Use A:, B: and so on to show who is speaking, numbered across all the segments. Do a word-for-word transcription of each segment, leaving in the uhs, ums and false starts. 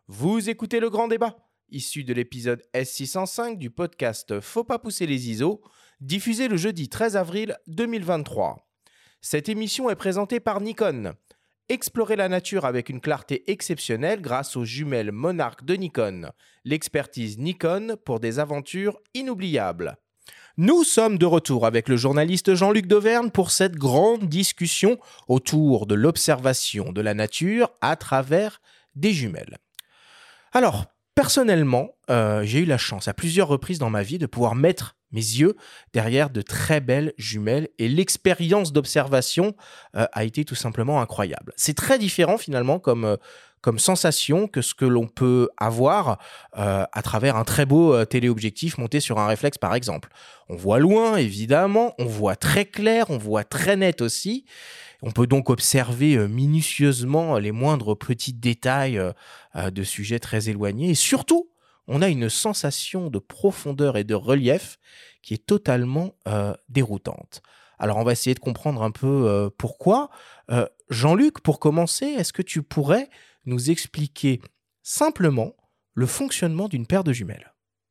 A: Vous écoutez Le Grand Débat, issu de l'épisode S six cent cinq du podcast Faut pas pousser les I S O, diffusé le jeudi treize avril deux mille vingt-trois. Cette émission est présentée par Nikon. Explorez la nature avec une clarté exceptionnelle grâce aux jumelles Monarch de Nikon. L'expertise Nikon pour des aventures inoubliables. Nous sommes de retour avec le journaliste Jean-Luc Dauvergne pour cette grande discussion autour de l'observation de la nature à travers des jumelles. Alors, personnellement, euh, j'ai eu la chance à plusieurs reprises dans ma vie de pouvoir mettre mes yeux derrière de très belles jumelles et l'expérience d'observation euh, a été tout simplement incroyable. C'est très différent finalement comme, euh, comme sensation que ce que l'on peut avoir euh, à travers un très beau euh, téléobjectif monté sur un réflexe par exemple. On voit loin évidemment, on voit très clair, on voit très net aussi. On peut donc observer euh, minutieusement les moindres petits détails euh, euh, de sujets très éloignés. Et surtout, on a une sensation de profondeur et de relief qui est totalement euh, déroutante. Alors, on va essayer de comprendre un peu euh, pourquoi. Euh, Jean-Luc, pour commencer, est-ce que tu pourrais nous expliquer simplement le fonctionnement d'une paire de jumelles ?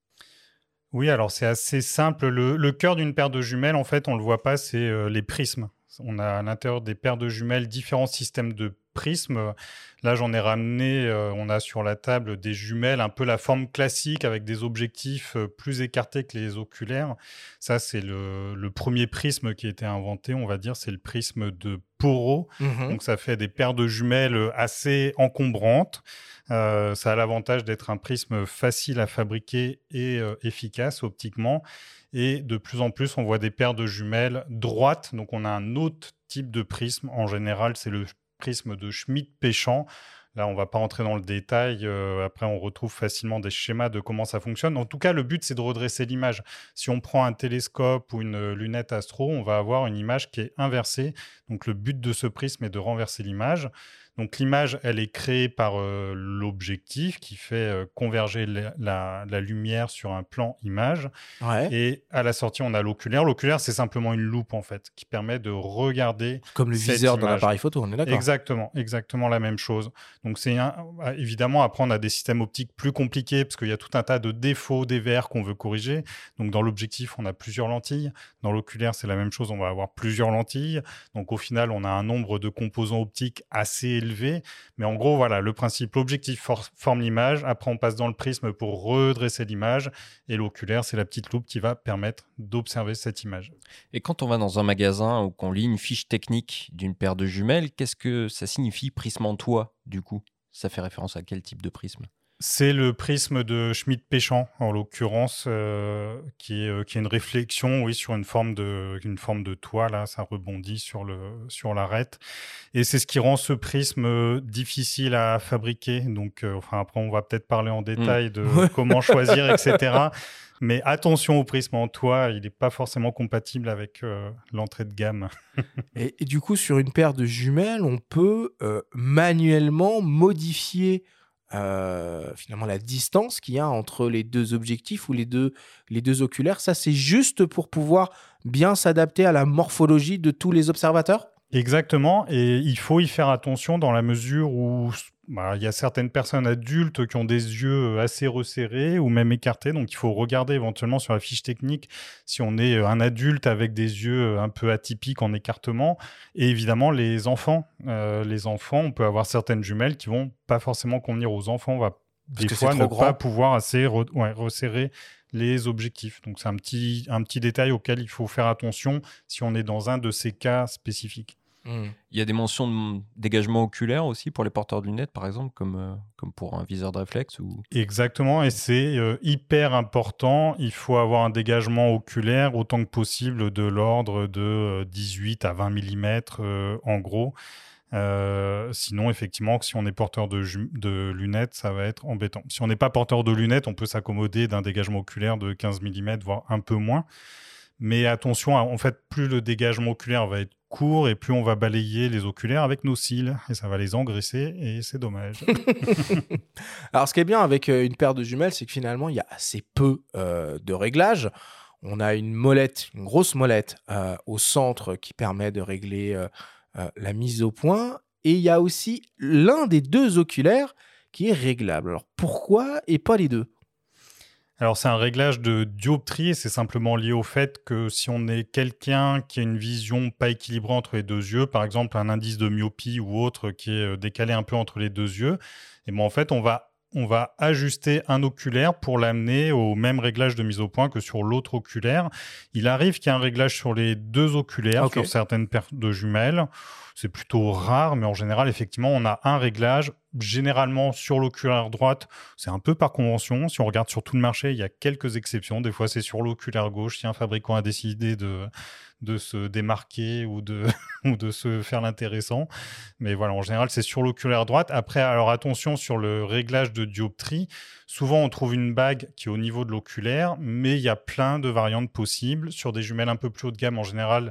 B: Oui, alors c'est assez simple. Le, le cœur d'une paire de jumelles, en fait, on ne le voit pas, c'est euh, les prismes. On a à l'intérieur des paires de jumelles différents systèmes de prismes. Là, j'en ai ramené, euh, on a sur la table des jumelles, un peu la forme classique avec des objectifs euh, plus écartés que les oculaires. Ça, c'est le, le premier prisme qui a été inventé, on va dire, c'est le prisme de Porot.
A: Mmh.
B: Donc, ça fait des paires de jumelles assez encombrantes. Euh, ça a l'avantage d'être un prisme facile à fabriquer et euh, efficace optiquement. Et de plus en plus, on voit des paires de jumelles droites. Donc, on a un autre type de prisme. En général, c'est le prisme de Schmidt-Péchamp. Là, on ne va pas entrer dans le détail. Euh, après, on retrouve facilement des schémas de comment ça fonctionne. En tout cas, le but, c'est de redresser l'image. Si on prend un télescope ou une lunette astro, on va avoir une image qui est inversée. Donc, le but de ce prisme est de renverser l'image. Donc, l'image, elle est créée par euh, l'objectif qui fait euh, converger la, la, la lumière sur un plan image.
A: Ouais.
B: Et à la sortie, on a l'oculaire. L'oculaire, c'est simplement une loupe, en fait, qui permet de regarder
A: Comme le
B: cette
A: viseur d'un
B: image.
A: appareil photo, on est d'accord ?
B: Exactement, exactement la même chose. Donc, c'est un, évidemment, après, on a des systèmes optiques plus compliqués parce qu'il y a tout un tas de défauts, dévers qu'on veut corriger. Donc, dans l'objectif, on a plusieurs lentilles. Dans l'oculaire, c'est la même chose, on va avoir plusieurs lentilles. Donc, au final, on a un nombre de composants optiques assez élevé. Mais en gros, voilà, le principe, l'objectif for- forme l'image. Après, on passe dans le prisme pour redresser l'image. Et l'oculaire, c'est la petite loupe qui va permettre d'observer cette image.
C: Et quand on va dans un magasin ou qu'on lit une fiche technique d'une paire de jumelles, qu'est-ce que ça signifie prisme en toit, du coup ? Ça fait référence à quel type de prisme ?
B: C'est le prisme de Schmidt-Péchamp, en l'occurrence, euh, qui, est, euh, qui est une réflexion, oui, sur une forme de, une forme de toit. Là, ça rebondit sur, le, sur l'arête. Et c'est ce qui rend ce prisme euh, difficile à fabriquer. Donc, euh, enfin, après, on va peut-être parler en détail mmh. de comment choisir, et cetera. Mais attention au prisme en toit, il n'est pas forcément compatible avec euh, l'entrée de gamme.
A: et, et du coup, sur une paire de jumelles, on peut euh, manuellement modifier Euh, finalement la distance qu'il y a entre les deux objectifs ou les deux, les deux oculaires. Ça, c'est juste pour pouvoir bien s'adapter à la morphologie de tous les observateurs ?
B: Exactement, et il faut y faire attention dans la mesure où bah, il y a certaines personnes adultes qui ont des yeux assez resserrés ou même écartés, donc il faut regarder éventuellement sur la fiche technique si on est un adulte avec des yeux un peu atypiques en écartement. Et évidemment, les enfants, euh, les enfants, on peut avoir certaines jumelles qui vont pas forcément convenir aux enfants, on va
A: Parce
B: des
A: que
B: fois
A: c'est
B: ne
A: trop
B: pas
A: grand.
B: pouvoir assez re- ouais, resserrer les objectifs. Donc c'est un petit, un petit détail auquel il faut faire attention si on est dans un de ces cas spécifiques.
C: Mmh. Il y a des mentions de dégagement oculaire aussi pour les porteurs de lunettes, par exemple, comme, euh, comme pour un viseur de réflexe ou...
B: Exactement, et c'est euh, hyper important. Il faut avoir un dégagement oculaire autant que possible de l'ordre de euh, dix-huit à vingt millimètres euh, en gros. Euh, sinon, effectivement, si on est porteur de, ju- de lunettes, ça va être embêtant. Si on n'est pas porteur de lunettes, on peut s'accommoder d'un dégagement oculaire de quinze millimètres, voire un peu moins. Mais attention, en fait, plus le dégagement oculaire va être court et plus on va balayer les oculaires avec nos cils. Et ça va les engraisser et c'est dommage.
A: Alors, ce qui est bien avec euh, une paire de jumelles, c'est que finalement, il y a assez peu euh, de réglages. On a une molette, une grosse molette euh, au centre qui permet de régler euh, euh, la mise au point. Et il y a aussi l'un des deux oculaires qui est réglable. Alors pourquoi et pas les deux ?
B: Alors, c'est un réglage de dioptrie et c'est simplement lié au fait que si on est quelqu'un qui a une vision pas équilibrée entre les deux yeux, par exemple un indice de myopie ou autre qui est décalé un peu entre les deux yeux, et ben en fait, on va, on va ajuster un oculaire pour l'amener au même réglage de mise au point que sur l'autre oculaire. Il arrive qu'il y ait un réglage sur les deux oculaires,
A: Okay.
B: sur certaines paires de jumelles. C'est plutôt rare, mais en général, effectivement, on a un réglage. Généralement, sur l'oculaire droite, c'est un peu par convention. Si on regarde sur tout le marché, il y a quelques exceptions. Des fois, c'est sur l'oculaire gauche, si un fabricant a décidé de, de se démarquer ou de, ou de se faire l'intéressant. Mais voilà, en général, c'est sur l'oculaire droite. Après, alors attention, sur le réglage de dioptrie, souvent, on trouve une bague qui est au niveau de l'oculaire, mais il y a plein de variantes possibles. Sur des jumelles un peu plus haut de gamme, en général,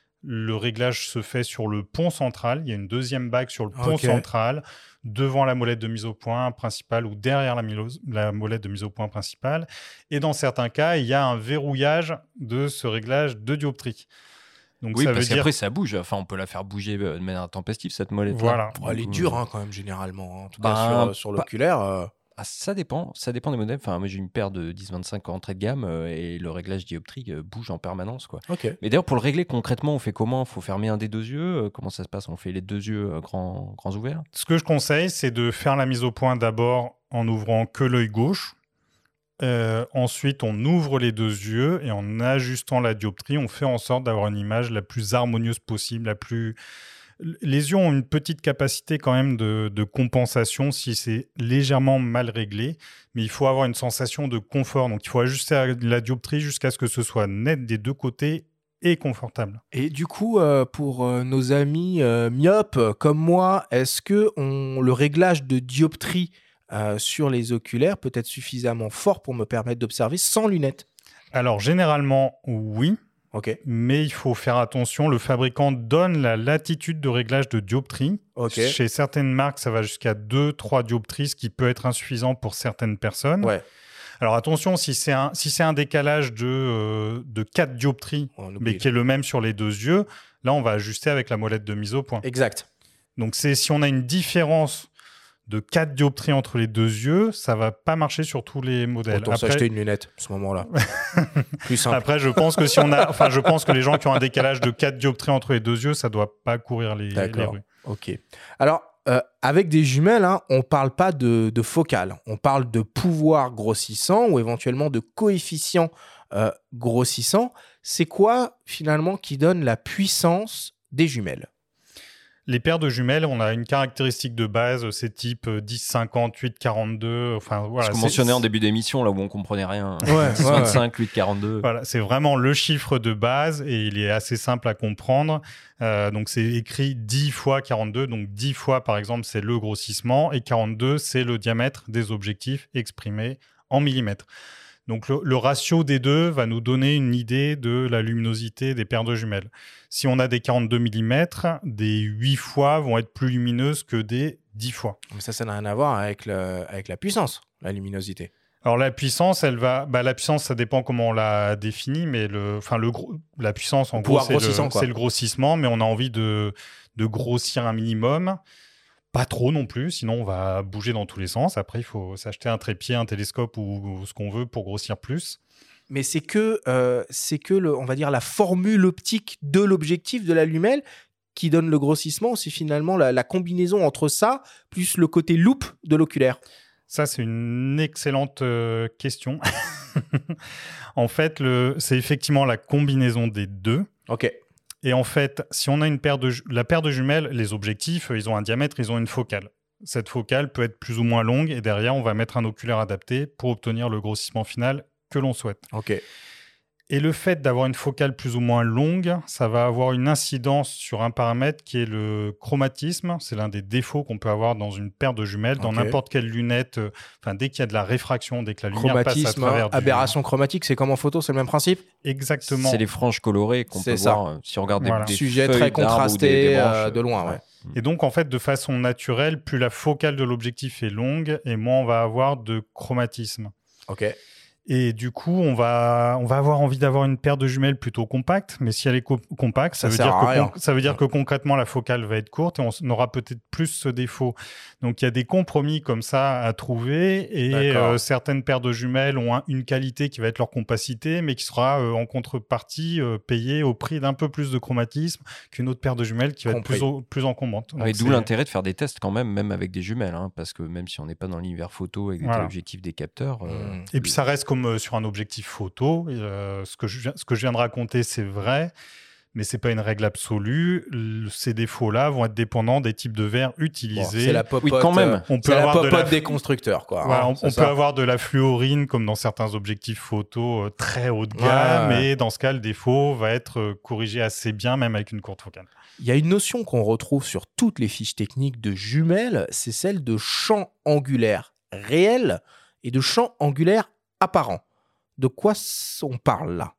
B: le réglage se fait sur le pont central. Il y a une deuxième bague sur le pont
A: Okay.
B: central, devant la molette de mise au point principale ou derrière la, milo- la molette de mise au point principale. Et dans certains cas, il y a un verrouillage de ce réglage de dioptrie. Donc
C: Oui,
B: ça
C: parce
B: veut dire...
C: qu'après, ça bouge. Enfin, on peut la faire bouger de manière intempestive, cette molette.
B: Voilà.
A: Bon, elle est
C: Donc,
A: dure
C: euh,
A: hein, quand même généralement, hein. En tout
C: Ben,
A: cas sur, euh, sur
C: pas-
A: l'oculaire. euh,
C: Ah, ça dépend, ça dépend des modèles. Enfin, moi j'ai une paire de dix vingt-cinq entrée de gamme euh, et le réglage dioptrique euh, bouge en permanence, quoi.
A: Ok.
C: Mais d'ailleurs, pour le régler concrètement, on fait comment ? Faut fermer un des deux yeux ? Euh, Comment ça se passe ? On fait les deux yeux euh, grands, grands ouverts ?
B: Ce que je conseille, c'est de faire la mise au point d'abord en ouvrant que l'œil gauche. Euh, ensuite, on ouvre les deux yeux et en ajustant la dioptrie, on fait en sorte d'avoir une image la plus harmonieuse possible, la plus... Les yeux ont une petite capacité quand même de, de compensation si c'est légèrement mal réglé, mais il faut avoir une sensation de confort. Donc, il faut ajuster la dioptrie jusqu'à ce que ce soit net des deux côtés et confortable.
A: Et du coup, euh, pour euh, nos amis euh, myopes euh, comme moi, est-ce que on, le réglage de dioptrie euh, sur les oculaires peut être suffisamment fort pour me permettre d'observer sans lunettes ?
B: Alors, généralement, oui.
A: Ok.
B: Mais il faut faire attention, le fabricant donne la latitude de réglage de dioptrie.
A: Ok.
B: Chez certaines marques, ça va jusqu'à deux trois dioptries, ce qui peut être insuffisant pour certaines personnes.
A: Ouais.
B: Alors attention, si c'est un, si c'est un décalage de, euh, de quatre dioptries,
A: On
B: mais
A: oublie.
B: qui est le même sur les deux yeux, là, on va ajuster avec la molette de mise au point.
A: Exact.
B: Donc c'est, si on a une différence de quatre dioptries entre les deux yeux, ça va pas marcher sur tous les modèles.
A: Autant
B: Après-
A: s'acheter une lunette à ce moment-là. Plus simple.
B: Après, je pense que si on a, enfin, je pense que les gens qui ont un décalage de quatre dioptries entre les deux yeux, ça doit pas courir les, les
A: D'accord.
B: rues.
A: Ok. Alors, euh, avec des jumelles, hein, on ne parle pas de, de focale. On parle de pouvoir grossissant ou éventuellement de coefficient euh, grossissant. C'est quoi, finalement, qui donne la puissance des jumelles ?
B: Les paires de jumelles, on a une caractéristique de base, c'est type dix cinquante, huit quarante-deux. Enfin, voilà,
C: Ce qu'on
B: c'est-
C: mentionnait en début d'émission, là où on comprenait rien.
A: Ouais,
C: dix vingt-cinq, huit quarante-deux.
B: Voilà, c'est vraiment le chiffre de base et il est assez simple à comprendre. Euh, donc, c'est écrit dix fois quarante-deux. Donc, dix fois, par exemple, c'est le grossissement et quarante-deux, c'est le diamètre des objectifs exprimés en millimètres. Donc, le, le ratio des deux va nous donner une idée de la luminosité des paires de jumelles. Si on a des quarante-deux millimètres, des huit fois vont être plus lumineuses que des dix fois.
A: Mais ça, ça n'a rien à voir avec, le, avec la puissance, la luminosité.
B: Alors la puissance, elle va, bah, la puissance, ça dépend comment on la définit, mais le, enfin le gros, la puissance en
A: Le
B: gros,
A: pouvoir
B: c'est
A: grossissant,
B: le,
A: quoi.
B: c'est le grossissement, mais on a envie de, de grossir un minimum, pas trop non plus, sinon on va bouger dans tous les sens. Après, il faut s'acheter un trépied, un télescope ou, ou ce qu'on veut pour grossir plus.
A: Mais c'est que, euh, c'est que le, on va dire, la formule optique de l'objectif de la lumelle qui donne le grossissement. C'est finalement la, la combinaison entre ça plus le côté loupe de l'oculaire.
B: Ça, c'est une excellente euh, question. En fait, le, c'est effectivement la combinaison des deux.
A: Ok.
B: Et en fait, si on a une paire de ju- la paire de jumelles, les objectifs, ils ont un diamètre, ils ont une focale. Cette focale peut être plus ou moins longue et derrière, on va mettre un oculaire adapté pour obtenir le grossissement final que l'on souhaite.
A: Ok.
B: Et le fait d'avoir une focale plus ou moins longue, ça va avoir une incidence sur un paramètre qui est le chromatisme. C'est l'un des défauts qu'on peut avoir dans une paire de jumelles, dans
A: Ok.
B: n'importe quelle lunette. euh, Enfin, dès qu'il y a de la réfraction, dès que la lumière passe à
A: Chromatisme,
B: travers du...
A: aberration chromatique, c'est comme en photo, c'est le même principe.
B: Exactement.
C: C'est les franges colorées qu'on
A: C'est
C: peut
A: ça.
C: voir euh, si on regarde des,
B: Voilà.
C: des
A: Sujet
C: feuilles
A: très
C: d'arbres ou
A: contrasté
C: des- des branches,
A: euh, de loin, ouais.
B: Et donc, en fait, de façon naturelle, plus la focale de l'objectif est longue et moins on va avoir de chromatisme.
A: Ok.
B: Et du coup, on va, on va avoir envie d'avoir une paire de jumelles plutôt compacte. Mais si elle est co- compacte, ça,
A: Ça
B: veut
A: sert
B: dire,
A: à
B: que,
A: rien.
B: con- ça veut dire que concrètement, la focale va être courte et on s- on aura peut-être plus ce défaut. Donc, il y a des compromis comme ça à trouver. Et
A: D'accord.
B: euh, certaines paires de jumelles ont un- une qualité qui va être leur compacité, mais qui sera euh, en contrepartie euh, payée au prix d'un peu plus de chromatisme qu'une autre paire de jumelles qui va
A: Compris.
B: être plus, au- plus encombrante.
C: Ah, et
B: Donc,
C: d'où
B: c'est-
C: l'intérêt de faire des tests quand même, même avec des jumelles, hein, parce que même si on n'est pas dans l'univers photo avec des
B: Voilà.
C: téléobjectifs, des capteurs. euh,
A: Mmh.
B: Et puis ça reste comme euh, sur un objectif photo. Euh, ce, que je, viens- ce que je viens de raconter, c'est vrai, mais c'est pas une règle absolue. Le- ces défauts-là vont être dépendants des types de verres
A: Bon,
B: utilisés.
A: c'est la popote.
C: Oui, quand même.
A: euh,
B: On
A: C'est
B: peut
A: la
B: avoir de
A: popote
B: la-
A: des constructeurs, quoi.
B: Voilà,
A: hein,
B: on
A: c'est
B: on
A: ça.
B: peut avoir de la fluorine comme dans certains objectifs photo euh, très haut de gamme,
A: Ouais, ouais.
B: mais dans ce cas, le défaut va être euh, corrigé assez bien, même avec une courte focale.
A: Il y a une notion qu'on retrouve sur toutes les fiches techniques de jumelles, c'est celle de champ angulaire réel et de champ angulaire apparent. De quoi s- on parle là?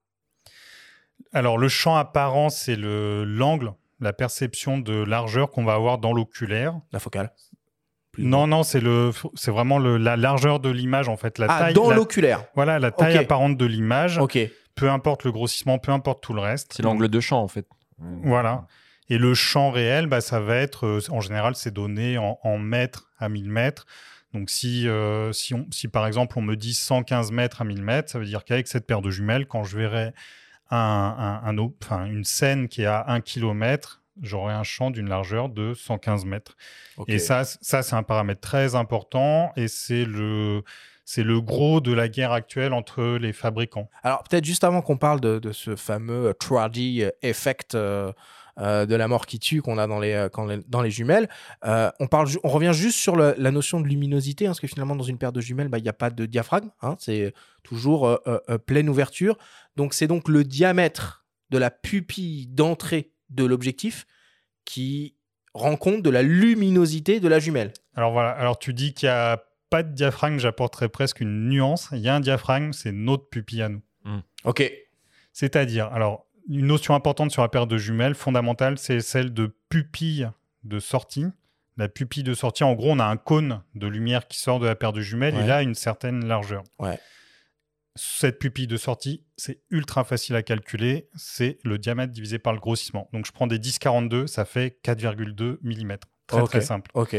B: Alors, le champ apparent, c'est le- l'angle, la perception de largeur qu'on va avoir dans l'oculaire.
A: La focale? Plus
B: Non,
A: grand.
B: non, c'est le, c'est vraiment le- la largeur de l'image en fait, la
A: Ah,
B: taille,
A: dans
B: la-
A: l'oculaire.
B: voilà, la taille
A: Ok.
B: apparente de l'image.
A: Ok.
B: Peu importe le grossissement, peu importe tout le reste.
C: C'est l'angle de champ en fait.
B: Voilà. Et le champ réel, bah, ça va être, euh, en général, c'est donné en, en mètres à mille mètres. Donc si, euh, si, on, si par exemple on me dit cent quinze mètres à mille mètres, ça veut dire qu'avec cette paire de jumelles, quand je verrai un, un, un, o- enfin, une scène qui est à un kilomètre, j'aurai un champ d'une largeur de cent quinze mètres.
A: Ok.
B: Et ça, c- ça c'est un paramètre très important et c'est le, c'est le gros de la guerre actuelle entre les fabricants.
A: Alors, peut-être juste avant qu'on parle de, de ce fameux euh, trois D effect euh, euh, de la mort qui tue qu'on a dans les, euh, quand les- dans les jumelles, euh, on, parle, ju- on revient juste sur le- la notion de luminosité, hein, parce que finalement, dans une paire de jumelles, bah, il n'y a pas de diaphragme, hein, c'est toujours euh, euh, euh, pleine ouverture. Donc, c'est donc le diamètre de la pupille d'entrée de l'objectif qui rend compte de la luminosité de la jumelle.
B: Alors voilà, alors tu dis qu'il n'y a pas de diaphragme, j'apporterais presque une nuance. Il y a un diaphragme, c'est notre pupille à nous.
A: Ok.
B: C'est-à-dire, alors, une notion importante sur la paire de jumelles, fondamentale, c'est celle de pupille de sortie. La pupille de sortie, en gros, on a un cône de lumière qui sort de la paire de jumelles,
A: Ouais.
B: il a une certaine largeur.
A: Ouais.
B: Cette pupille de sortie, c'est ultra facile à calculer, c'est le diamètre divisé par le grossissement. Donc je prends des dix quarante-deux, ça fait quatre virgule deux millimètres. Très
A: Ok.
B: très simple.
A: Ok.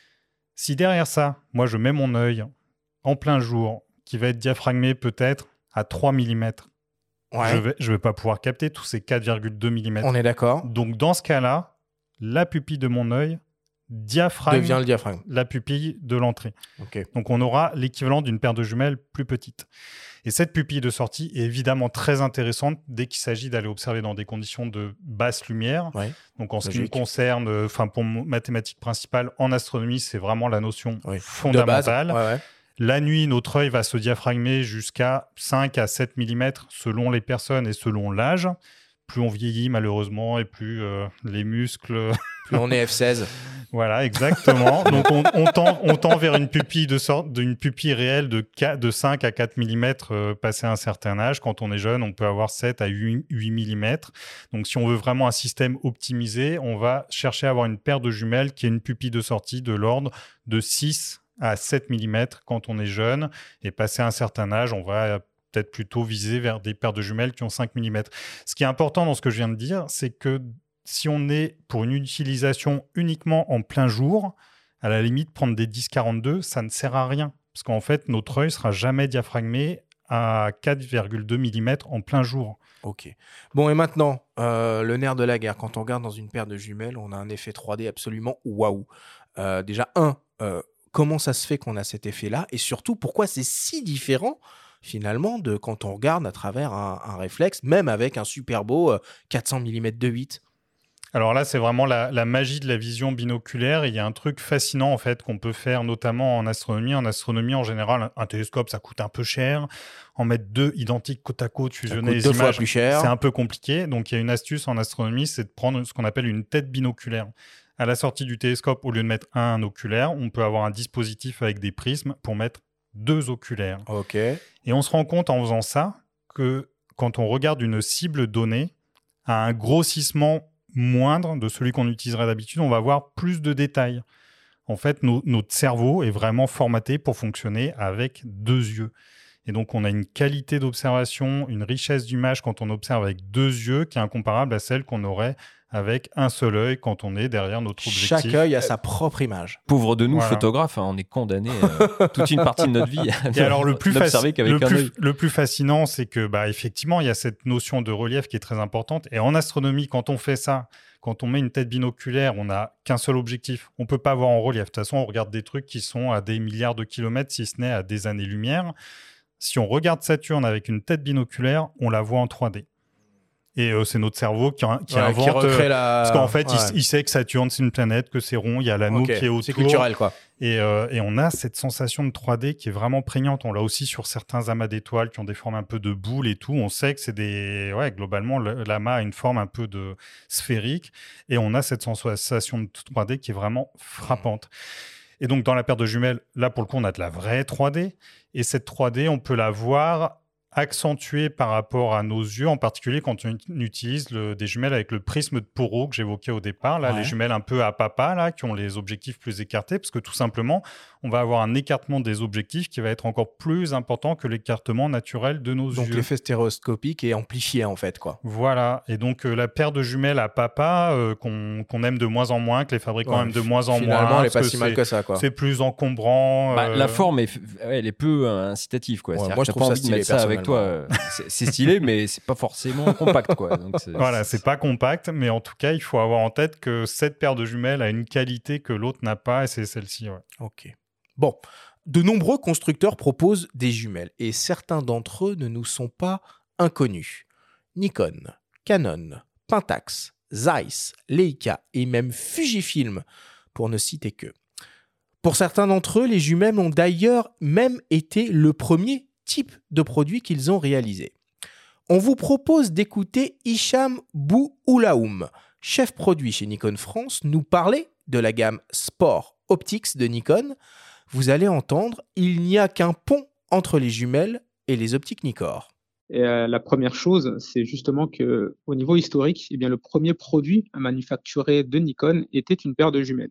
B: Si derrière ça, moi je mets mon œil en plein jour, qui va être diaphragmé peut-être à trois millimètres,
A: Ouais.
B: je vais, je vais pas pouvoir capter tous ces quatre virgule deux millimètres.
A: On est d'accord.
B: Donc dans ce cas-là, la pupille de mon œil diaphragme
A: Devient le diaphragme.
B: la pupille de l'entrée.
A: Ok.
B: Donc on aura l'équivalent d'une paire de jumelles plus petite. Et cette pupille de sortie est évidemment très intéressante dès qu'il s'agit d'aller observer dans des conditions de basse lumière.
A: Ouais.
B: Donc en ce qui me
A: Logique.
B: concerne, euh, enfin pour mon- ma thématique principale en astronomie, c'est vraiment la notion
A: Oui. De base.
B: fondamentale.
A: Ouais, ouais.
B: La nuit, notre œil va se diaphragmer jusqu'à cinq à sept millimètres selon les personnes et selon l'âge. Plus on vieillit malheureusement et plus euh, les muscles...
A: Plus on est F seize.
B: Voilà, exactement. Donc on, on, tend, on tend vers une pupille de sorte, d'une pupille réelle de, quatre- de cinq à quatre millimètres euh, passé un certain âge. Quand on est jeune, on peut avoir sept à huit millimètres. Donc si on veut vraiment un système optimisé, on va chercher à avoir une paire de jumelles qui a une pupille de sortie de l'ordre de six à sept millimètres quand on est jeune. Et passé un certain âge, on va peut-être plutôt viser vers des paires de jumelles qui ont cinq millimètres. Ce qui est important dans ce que je viens de dire, c'est que si on est pour une utilisation uniquement en plein jour, à la limite, prendre des dix quarante-deux, ça ne sert à rien. Parce qu'en fait, notre œil sera jamais diaphragmé à quatre virgule deux millimètres en plein jour.
A: Ok. Bon, et maintenant, euh, le nerf de la guerre. Quand on regarde dans une paire de jumelles, on a un effet trois D absolument waouh. Euh, déjà, un, euh, comment ça se fait qu'on a cet effet-là? Et surtout, pourquoi c'est si différent finalement de quand on regarde à travers un, un réflexe, même avec un super beau euh, quatre cents millimètres de huit?
B: Alors là, c'est vraiment la, la magie de la vision binoculaire. Il y a un truc fascinant en fait qu'on peut faire notamment en astronomie. En astronomie, en général, un télescope, ça coûte un peu cher. En mettre deux identiques côte à côte, fusionner les
A: deux fois
B: images,
A: plus cher.
B: c'est un peu compliqué. Donc il y a une astuce en astronomie, c'est de prendre ce qu'on appelle une tête binoculaire. À la sortie du télescope, au lieu de mettre un oculaire, on peut avoir un dispositif avec des prismes pour mettre deux oculaires.
A: Ok.
B: Et on se rend compte en faisant ça que quand on regarde une cible donnée, à un grossissement moindre de celui qu'on utiliserait d'habitude, on va avoir plus de détails. En fait, no- notre cerveau est vraiment formaté pour fonctionner avec deux yeux. Et donc, on a une qualité d'observation, une richesse d'image quand on observe avec deux yeux qui est incomparable à celle qu'on aurait avec un seul œil quand on est derrière notre objectif.
A: Chaque œil a sa propre image.
C: Pauvre de nous,
B: Voilà.
C: photographes, hein, on est condamnés euh, toute une partie de notre vie à
B: Et alors, le plus,
C: n'observer
B: faci-
C: qu'avec
B: le,
C: un
B: plus,
C: œil.
B: le plus fascinant, c'est que, bah, effectivement, il y a cette notion de relief qui est très importante. Et en astronomie, quand on fait ça, quand on met une tête binoculaire, on n'a qu'un seul objectif. On ne peut pas voir en relief. De toute façon, on regarde des trucs qui sont à des milliards de kilomètres, si ce n'est à des années-lumière. Si on regarde Saturne avec une tête binoculaire, on la voit en trois D. Et euh, c'est notre cerveau qui, qui
A: Ouais,
B: invente...
A: qui recrée
B: euh,
A: la...
B: Parce qu'en fait,
A: ouais.
B: il, il sait que Saturne, c'est une planète, que c'est rond, il y a l'anneau
A: Ok,
B: qui est autour.
A: c'est culturel, quoi.
B: Et, euh, et on a cette sensation de trois D qui est vraiment prégnante. On l'a aussi sur certains amas d'étoiles qui ont des formes un peu de boules et tout. On sait que c'est des... Ouais, globalement, le- l'amas a une forme un peu de sphérique. Et on a cette sensation de trois D qui est vraiment frappante. Et donc, dans la paire de jumelles, là, pour le coup, on a de la vraie trois D. Et cette trois D, on peut la voir accentuée par rapport à nos yeux, en particulier quand on utilise le, des jumelles avec le prisme de Porot que j'évoquais au départ, là,
A: Ouais.
B: les jumelles un peu à papa, là, qui ont les objectifs plus écartés, parce que tout simplement, on va avoir un écartement des objectifs qui va être encore plus important que l'écartement naturel de nos
A: Donc
B: yeux.
A: l'effet stéréoscopique est amplifié, en fait, quoi.
B: Voilà, et donc euh, la paire de jumelles à papa euh, qu'on qu'on aime de moins en moins, que les fabricants
A: Ouais,
B: aiment de moins en
A: Finalement,
B: moins,
A: elle est pas
B: parce
A: si
B: que
A: mal
B: c'est-
A: que ça, quoi.
B: c'est plus encombrant.
C: Bah,
B: euh,
C: La forme, est, f- ouais, elle est peu euh, incitative. Quoi.
A: Ouais,
C: C'est-à-dire
A: moi,
C: que
A: je
C: t'as
A: trouve
C: pas
A: ça
C: envie de
A: stylé,
C: mettre ça avec toi.
A: personnellement.
C: euh, C'est c'est stylé, mais c'est pas forcément compact. Quoi. Donc, c'est-
B: Voilà, c'est pas compact, mais en tout cas, il faut avoir en tête que cette paire de jumelles a une qualité que l'autre n'a pas, et c'est celle-ci. Ouais.
A: Ok. Bon, de nombreux constructeurs proposent des jumelles et certains d'entre eux ne nous sont pas inconnus. Nikon, Canon, Pentax, Zeiss, Leica et même Fujifilm, pour ne citer que. Pour certains d'entre eux, les jumelles ont d'ailleurs même été le premier type de produit qu'ils ont réalisé. On vous propose d'écouter Hicham Bououlaoum, chef produit chez Nikon France, nous parler de la gamme Sport Optics de Nikon. Vous allez entendre, il n'y a qu'un pont entre les jumelles et les optiques Nikkor.
D: Et euh, la première chose, c'est justement que, au niveau historique, eh bien, le premier produit manufacturé de Nikon était une paire de jumelles.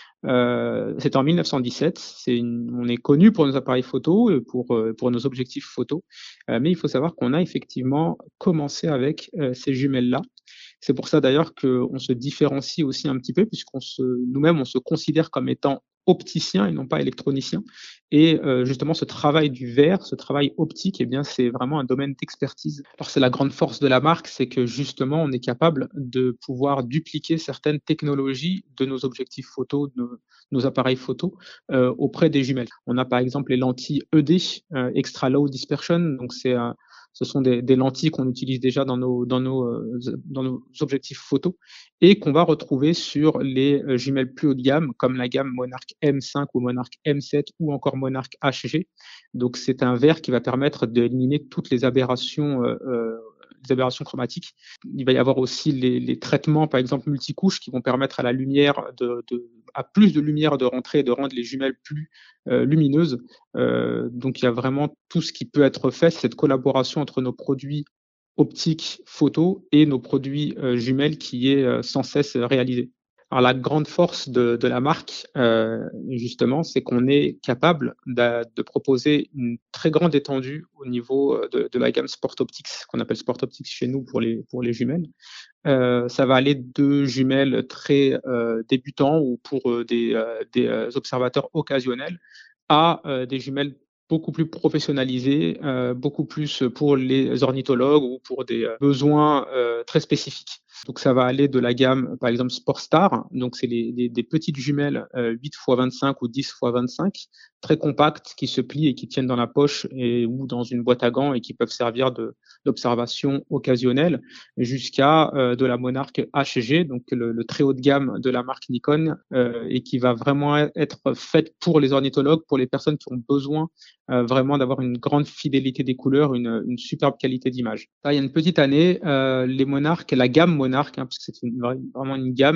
D: Euh, c'était en mille neuf cent dix-sept. C'est une, on est connu pour nos appareils photo et pour, euh, pour nos objectifs photo. Euh, mais il faut savoir qu'on a effectivement commencé avec euh, ces jumelles-là. C'est pour ça d'ailleurs qu'on se différencie aussi un petit peu, puisqu'on se, nous-mêmes, on se considère comme étant opticien et non pas électronicien. Et euh, justement, ce travail du verre, ce travail optique, eh bien, c'est vraiment un domaine d'expertise. Alors, c'est la grande force de la marque, c'est que justement, on est capable de pouvoir dupliquer certaines technologies de nos objectifs photo, de nos, nos appareils photo, euh, auprès des jumelles. On a par exemple les lentilles E D, euh, Extra Low Dispersion, donc c'est un Ce sont des, des lentilles qu'on utilise déjà dans nos, dans, nos, euh, dans nos objectifs photo et qu'on va retrouver sur les euh, jumelles plus haut de gamme, comme la gamme Monarch M cinq ou Monarch M sept ou encore Monarch H G. Donc, c'est un verre qui va permettre d'éliminer toutes les aberrations, euh, euh, les aberrations chromatiques. Il va y avoir aussi les, les traitements, par exemple, multicouches qui vont permettre à la lumière, de, de, à plus de lumière de rentrer et de rendre les jumelles plus euh, lumineuses. Euh, donc, il y a vraiment tout ce qui peut être fait, cette collaboration entre nos produits optiques photo et nos produits euh, jumelles qui est euh, sans cesse réalisée. Alors, la grande force de, de la marque, euh, justement, c'est qu'on est capable de, de proposer une très grande étendue au niveau de, de la gamme Sport Optics, qu'on appelle Sport Optics chez nous pour les, pour les jumelles. Euh, ça va aller de jumelles très euh, débutants ou pour euh, des, euh, des euh, observateurs occasionnels à euh, des jumelles beaucoup plus professionnalisées, euh, beaucoup plus pour les ornithologues ou pour des euh, besoins euh, très spécifiques. Donc ça va aller de la gamme, par exemple, Sportstar, donc c'est les, les, des petites jumelles euh, huit fois vingt-cinq ou dix fois vingt-cinq, très compactes, qui se plient et qui tiennent dans la poche et, ou dans une boîte à gants et qui peuvent servir de, d'observation occasionnelle, jusqu'à euh, de la Monarch H G, donc le, le très haut de gamme de la marque Nikon, euh, et qui va vraiment être faite pour les ornithologues, pour les personnes qui ont besoin euh, vraiment d'avoir une grande fidélité des couleurs, une, une superbe qualité d'image. Là, il y a une petite année, euh, les Monarch, la gamme Monarch, hein, parce que c'est une, vraiment une gamme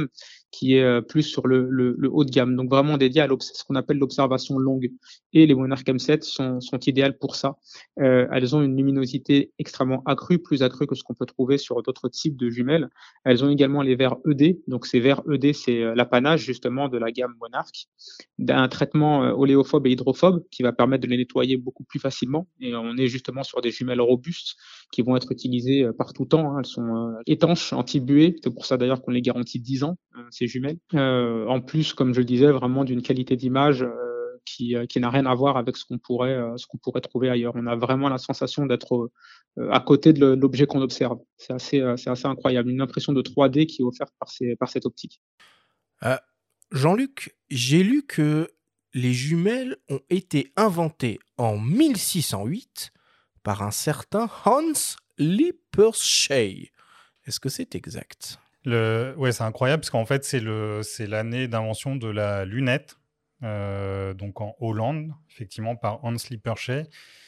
D: qui est euh, plus sur le, le, le haut de gamme, donc vraiment dédié à ce qu'on appelle l'observation longue. Et les Monarch M sept sont, sont idéales pour ça. Euh, elles ont une luminosité extrêmement accrue, plus accrue que ce qu'on peut trouver sur d'autres types de jumelles. Elles ont également les verres E D, donc ces verres E D, c'est l'apanage justement de la gamme Monarch, d'un traitement euh, oléophobe et hydrophobe qui va permettre de les nettoyer beaucoup plus facilement. Et on est justement sur des jumelles robustes qui vont être utilisées euh, par tout temps. Hein. Elles sont euh, étanches, anti-buées. C'est pour ça d'ailleurs qu'on les garantit dix ans, euh, ces jumelles. Euh, en plus, comme je le disais, vraiment d'une qualité d'image euh, qui, euh, qui n'a rien à voir avec ce qu'on pourrait, euh, ce qu'on pourrait trouver ailleurs. On a vraiment la sensation d'être euh, à côté de l'objet qu'on observe. C'est assez, euh, c'est assez incroyable. Une impression de trois D qui est offerte par, ces, par cette optique.
A: Euh, Jean-Luc, j'ai lu que les jumelles ont été inventées en mille six cent huit par un certain Hans Lippershey. Est-ce que c'est exact ?
B: Le... Ouais, c'est incroyable parce qu'en fait, c'est, le... c'est l'année d'invention de la lunette, euh, donc en Hollande, effectivement, par Hans Lippershey.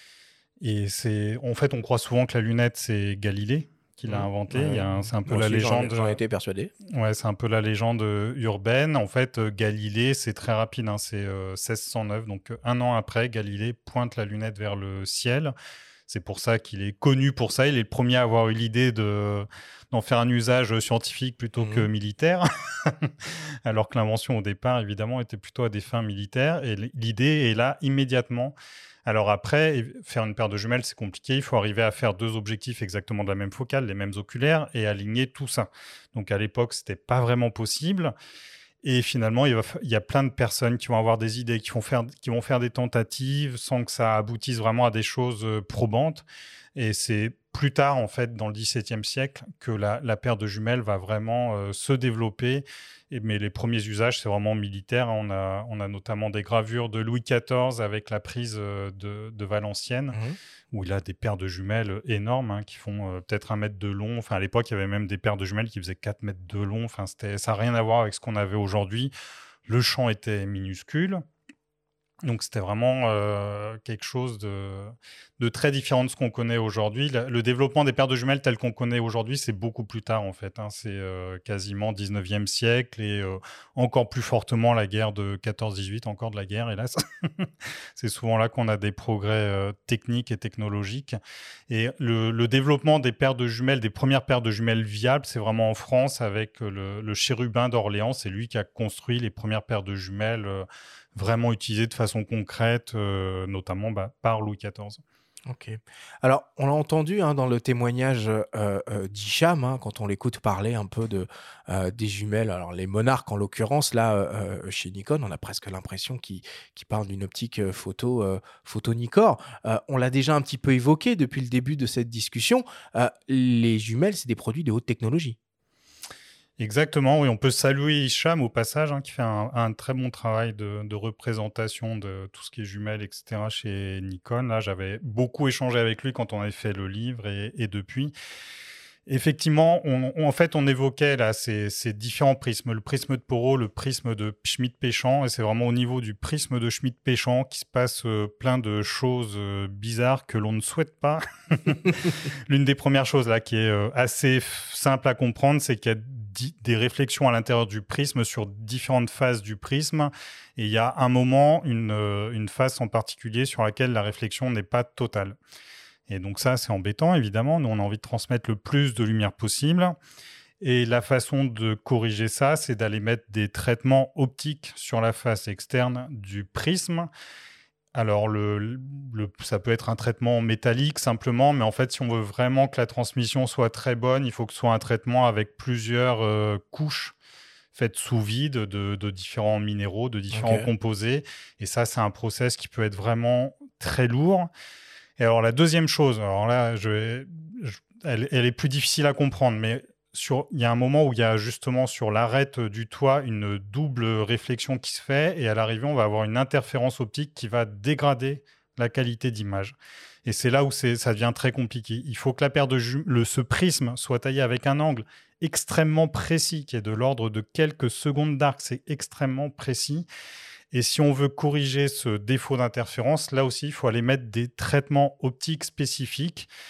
B: Et c'est... en fait, on croit souvent que la lunette, c'est Galilée qui l'a inventée. Ouais, Il y a un... C'est un peu la
A: aussi,
B: légende.
A: J'en, j'en étais persuadé.
B: Ouais, c'est un peu la légende urbaine. En fait, euh, Galilée, c'est très rapide. Hein, c'est euh, seize cent neuf. Donc, euh, un an après, Galilée pointe la lunette vers le ciel. C'est pour ça qu'il est connu pour ça. Il est le premier à avoir eu l'idée de, d'en faire un usage scientifique plutôt mmh. que militaire. Alors que l'invention, au départ, évidemment, était plutôt à des fins militaires. Et l'idée est là immédiatement. Alors après, faire une paire de jumelles, c'est compliqué. Il faut arriver à faire deux objectifs exactement de la même focale, les mêmes oculaires, et aligner tout ça. Donc à l'époque, ce n'était pas vraiment possible. Et finalement, il, va, il y a plein de personnes qui vont avoir des idées, qui vont, faire, qui vont faire des tentatives sans que ça aboutisse vraiment à des choses probantes. Et c'est plus tard, en fait, dans le dix-septième siècle, que la, la paire de jumelles va vraiment euh, se développer. Et, mais les premiers usages, c'est vraiment militaire. On a, on a notamment des gravures de Louis quatorze avec la prise de, de Valenciennes, mmh. où il a des paires de jumelles énormes hein, qui font euh, peut-être un mètre de long. Enfin, à l'époque, il y avait même des paires de jumelles qui faisaient quatre mètres de long. Enfin, c'était, ça n'a rien à voir avec ce qu'on avait aujourd'hui. Le champ était minuscule. Donc, c'était vraiment euh, quelque chose de, de très différent de ce qu'on connaît aujourd'hui. Le, le développement des paires de jumelles tel qu'on connaît aujourd'hui, c'est beaucoup plus tard, en fait. Hein. C'est euh, quasiment dix-neuvième siècle et euh, encore plus fortement la guerre de quatorze dix-huit, encore de la guerre, hélas. C'est souvent là qu'on a des progrès euh, techniques et technologiques. Et le, le développement des paires de jumelles, des premières paires de jumelles viables, c'est vraiment en France avec le, le chérubin d'Orléans. C'est lui qui a construit les premières paires de jumelles euh, vraiment utilisées de façon concrète, euh, notamment bah, par Louis quatorze.
A: Ok. Alors, on l'a entendu hein, dans le témoignage euh, euh, d'Hicham, hein, quand on l'écoute parler un peu de, euh, des jumelles, alors les Monarch en l'occurrence, là, euh, chez Nikon, on a presque l'impression qu'il, qu'il parle d'une optique euh, photo, euh, photo Nikkor. Euh, on l'a déjà un petit peu évoqué depuis le début de cette discussion. Euh, les jumelles, c'est des produits de haute technologie.
B: Exactement, oui, on peut saluer Hicham au passage, hein, qui fait un, un très bon travail de, de représentation de tout ce qui est jumelles, et cetera chez Nikon. Là, j'avais beaucoup échangé avec lui quand on avait fait le livre et, et depuis. Effectivement, on, on, en fait, on évoquait là ces, ces différents prismes, le prisme de Porot, le prisme de Schmidt-Péchamp, et c'est vraiment au niveau du prisme de Schmidt-Péchamp qu'il se passe euh, plein de choses euh, bizarres que l'on ne souhaite pas. L'une des premières choses là qui est euh, assez f- simple à comprendre, c'est qu'il y a di- des réflexions à l'intérieur du prisme sur différentes phases du prisme, et il y a un moment, une, euh, une phase en particulier sur laquelle la réflexion n'est pas totale. Et donc ça, c'est embêtant, évidemment. Nous, on a envie de transmettre le plus de lumière possible. Et la façon de corriger ça, c'est d'aller mettre des traitements optiques sur la face externe du prisme. Alors, le, le, ça peut être un traitement métallique, simplement, mais en fait, si on veut vraiment que la transmission soit très bonne, il faut que ce soit un traitement avec plusieurs euh, couches faites sous vide de, de différents minéraux, de différents okay. composés. Et ça, c'est un process qui peut être vraiment très lourd. Et alors, la deuxième chose, alors là, je vais, je, elle, elle est plus difficile à comprendre, mais sur, il y a un moment où il y a justement sur l'arête du toit une double réflexion qui se fait, et à l'arrivée, on va avoir une interférence optique qui va dégrader la qualité d'image. Et c'est là où c'est, ça devient très compliqué. Il faut que la paire de ju- le, ce prisme soit taillé avec un angle extrêmement précis, qui est de l'ordre de quelques secondes d'arc. C'est extrêmement précis. Et si on veut corriger ce défaut d'interférence, là aussi, il faut aller mettre des traitements optiques spécifiques.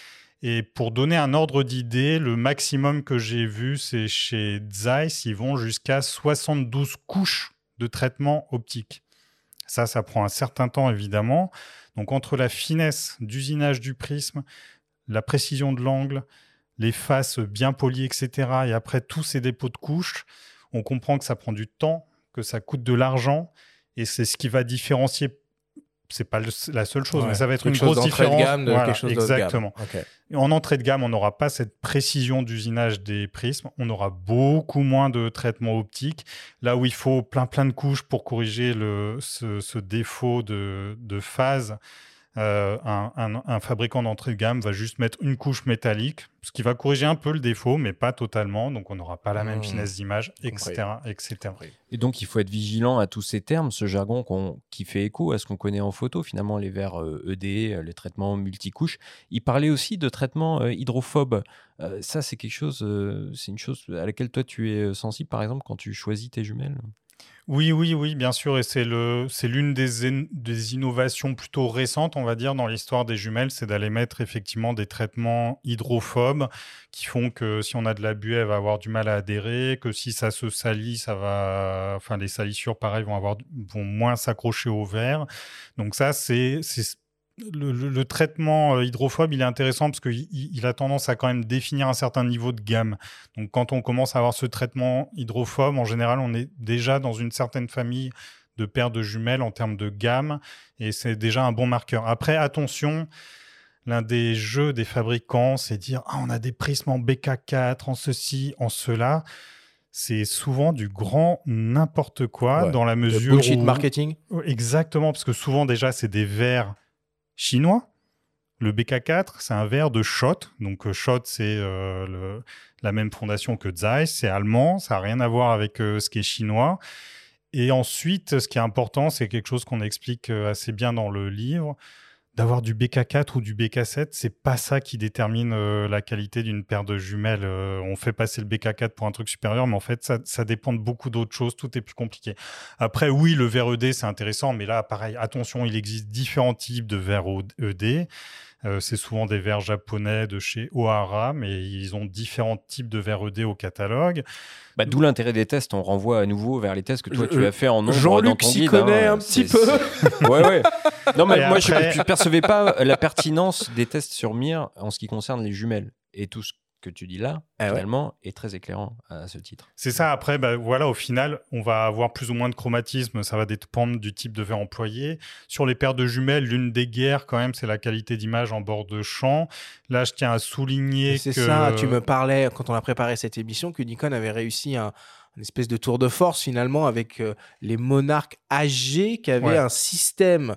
B: Et pour donner un ordre d'idée, le maximum que j'ai vu, c'est chez Zeiss, ils vont jusqu'à soixante-douze couches de traitement optique. Ça, ça prend un certain temps, évidemment. Donc, entre la finesse d'usinage du prisme, la précision de l'angle, les faces bien polies, et cetera, et après tous ces dépôts de couches, on comprend que ça prend du temps, que ça coûte de l'argent, et c'est ce qui va différencier. C'est pas le, la seule chose,
A: ouais,
B: mais ça va être
A: quelque
B: une
A: chose
B: grosse différence.
A: De gamme, de
B: voilà,
A: quelque chose
B: exactement.
A: De okay.
B: En entrée de gamme, on n'aura pas cette précision d'usinage des prismes. On aura beaucoup moins de traitement optique. Là où il faut plein plein de couches pour corriger le, ce, ce défaut de, de phase, euh, un, un, un fabricant d'entrée de gamme va juste mettre une couche métallique, ce qui va corriger un peu le défaut, mais pas totalement. Donc on n'aura pas la même mmh. finesse d'image, et cetera, et cetera.
C: Et donc il faut être vigilant à tous ces termes, ce jargon qu'on, qui fait écho à ce qu'on connaît en photo, finalement les verres euh, E D, les traitements multicouches. Il parlait aussi de traitement euh, hydrophobe. Euh, ça, c'est quelque chose, euh, c'est une chose à laquelle toi tu es sensible, par exemple, quand tu choisis tes jumelles.
B: Oui, oui, oui, bien sûr. Et c'est, le, c'est l'une des, in- des innovations plutôt récentes, on va dire, dans l'histoire des jumelles, c'est d'aller mettre effectivement des traitements hydrophobes qui font que si on a de la buée, elle va avoir du mal à adhérer, que si ça se salit, ça va, enfin, les salissures, pareil, vont, avoir, vont moins s'accrocher au verre. Donc ça, c'est... c'est Le, le, le traitement hydrophobe, il est intéressant parce qu'il il a tendance à quand même définir un certain niveau de gamme. Donc, quand on commence à avoir ce traitement hydrophobe, en général, on est déjà dans une certaine famille de paires de jumelles en termes de gamme et c'est déjà un bon marqueur. Après, attention, l'un des jeux des fabricants, c'est dire « Ah, on a des prismes en B K quatre, en ceci, en cela ». C'est souvent du grand n'importe quoi ouais, dans la mesure
A: le bullshit
B: où...
A: marketing.
B: Exactement, parce que souvent, déjà, c'est des verres chinois. Le B K quatre, c'est un verre de Schott. Donc, Schott, c'est euh, le, la même fondation que Zeiss. C'est allemand. Ça n'a rien à voir avec euh, ce qui est chinois. Et ensuite, ce qui est important, c'est quelque chose qu'on explique assez bien dans le livre. D'avoir du B K quatre ou du B K sept, c'est pas ça qui détermine euh, la qualité d'une paire de jumelles. Euh, on fait passer le B K quatre pour un truc supérieur, mais en fait, ça, ça dépend de beaucoup d'autres choses. Tout est plus compliqué. Après, oui, le verre E D, c'est intéressant, mais là, pareil, attention, il existe différents types de verres E D. Euh, c'est souvent des verres japonais de chez Ohara, mais ils ont différents types de verres E D au catalogue.
C: Bah, d'où l'intérêt des tests. On renvoie à nouveau vers les tests que toi,
A: Je,
C: tu as fait en nombre
A: Jean-Luc
C: dans ton
A: s'y
C: guide.
A: connaît
C: hein.
A: un petit
C: c'est,
A: peu.
C: C'est... Ouais, ouais. Non, mais
B: et
C: moi,
B: après...
C: je ne percevais pas la pertinence des tests sur mire en ce qui concerne les jumelles. Et tout ce que tu dis là, ah finalement, ouais. est très éclairant à ce titre.
B: C'est ça. Après, bah, voilà, au final, on va avoir plus ou moins de chromatisme. Ça va dépendre du type de verre employé. Sur les paires de jumelles, l'une des guerres, quand même, c'est la qualité d'image en bord de champ. Là, je tiens à souligner
A: et c'est
B: que...
A: C'est ça, tu me parlais, quand on a préparé cette émission, que Nikon avait réussi un... une espèce de tour de force finalement avec euh, les Monarch H G qui avaient ouais. un système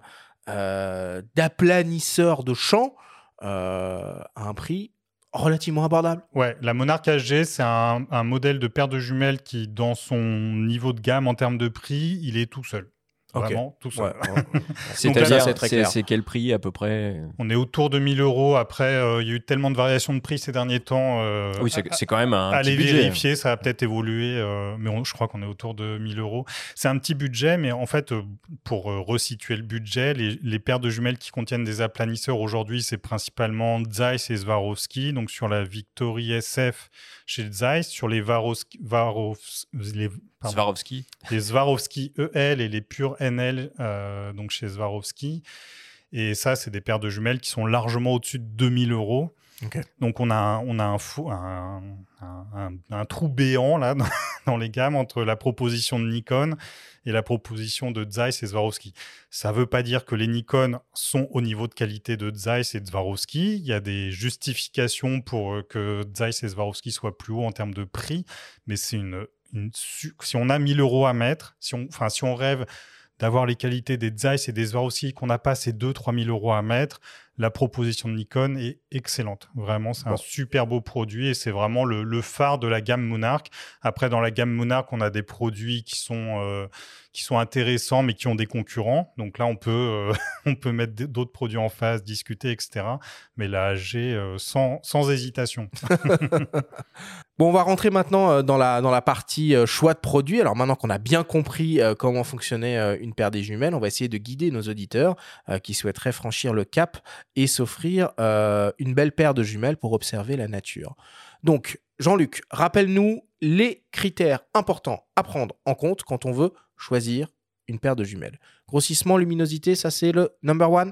A: euh, d'aplanisseur de champ euh, à un prix relativement abordable.
B: Ouais, la Monarch H G, c'est un, un modèle de paire de jumelles qui, dans son niveau de gamme en termes de prix, il est tout seul. Vraiment, okay. tout seul. Ouais,
C: ouais. C'est-à-dire, c'est, très c'est, c'est quel prix à peu près?
B: On est autour de mille euros. Après, il euh, y a eu tellement de variations de prix ces derniers temps. Euh,
C: oui, c'est, c'est quand même un
B: Allez
C: petit
B: vérifier,
C: budget.
B: Ça a peut-être évolué, euh, mais on, je crois qu'on est autour de mille euros. C'est un petit budget, mais en fait, euh, pour euh, resituer le budget, les, les paires de jumelles qui contiennent des aplanisseurs aujourd'hui, c'est principalement Zeiss et Swarovski. Donc, sur la Victory S F chez Zeiss, sur les Swarovski... Les,
C: Swarovski.
B: Les Swarovski E L et les Pure N L, euh, donc chez Swarovski. Et ça, c'est des paires de jumelles qui sont largement au-dessus de deux mille euros. Okay. Donc, on a, un, on a un, fou, un, un, un, un trou béant là, dans, dans les gammes entre la proposition de Nikon et la proposition de Zeiss et Swarovski. Ça ne veut pas dire que les Nikon sont au niveau de qualité de Zeiss et de Swarovski. Il y a des justifications pour que Zeiss et Swarovski soient plus hauts en termes de prix, mais c'est une... Une, si on a mille euros à mettre, si on, enfin, si on rêve d'avoir les qualités des Zeiss et des Swarovski, qu'on n'a pas ces deux à trois mille euros à mettre, la proposition de Nikon est excellente. Vraiment, c'est bon. un super beau produit et c'est vraiment le, le phare de la gamme Monarch. Après, dans la gamme Monarch, on a des produits qui sont, euh, qui sont intéressants, mais qui ont des concurrents. Donc là, on peut, euh, on peut mettre d'autres produits en face, discuter, et cetera. Mais la H G, euh, sans, sans hésitation.
A: Bon, on va rentrer maintenant euh, dans la, dans la partie euh, choix de produits. Alors maintenant qu'on a bien compris euh, comment fonctionnait euh, une paire des jumelles, on va essayer de guider nos auditeurs euh, qui souhaiteraient franchir le cap et s'offrir euh, une belle paire de jumelles pour observer la nature. Donc, Jean-Luc, rappelle-nous les critères importants à prendre en compte quand on veut choisir une paire de jumelles. Grossissement, luminosité, ça c'est le number one.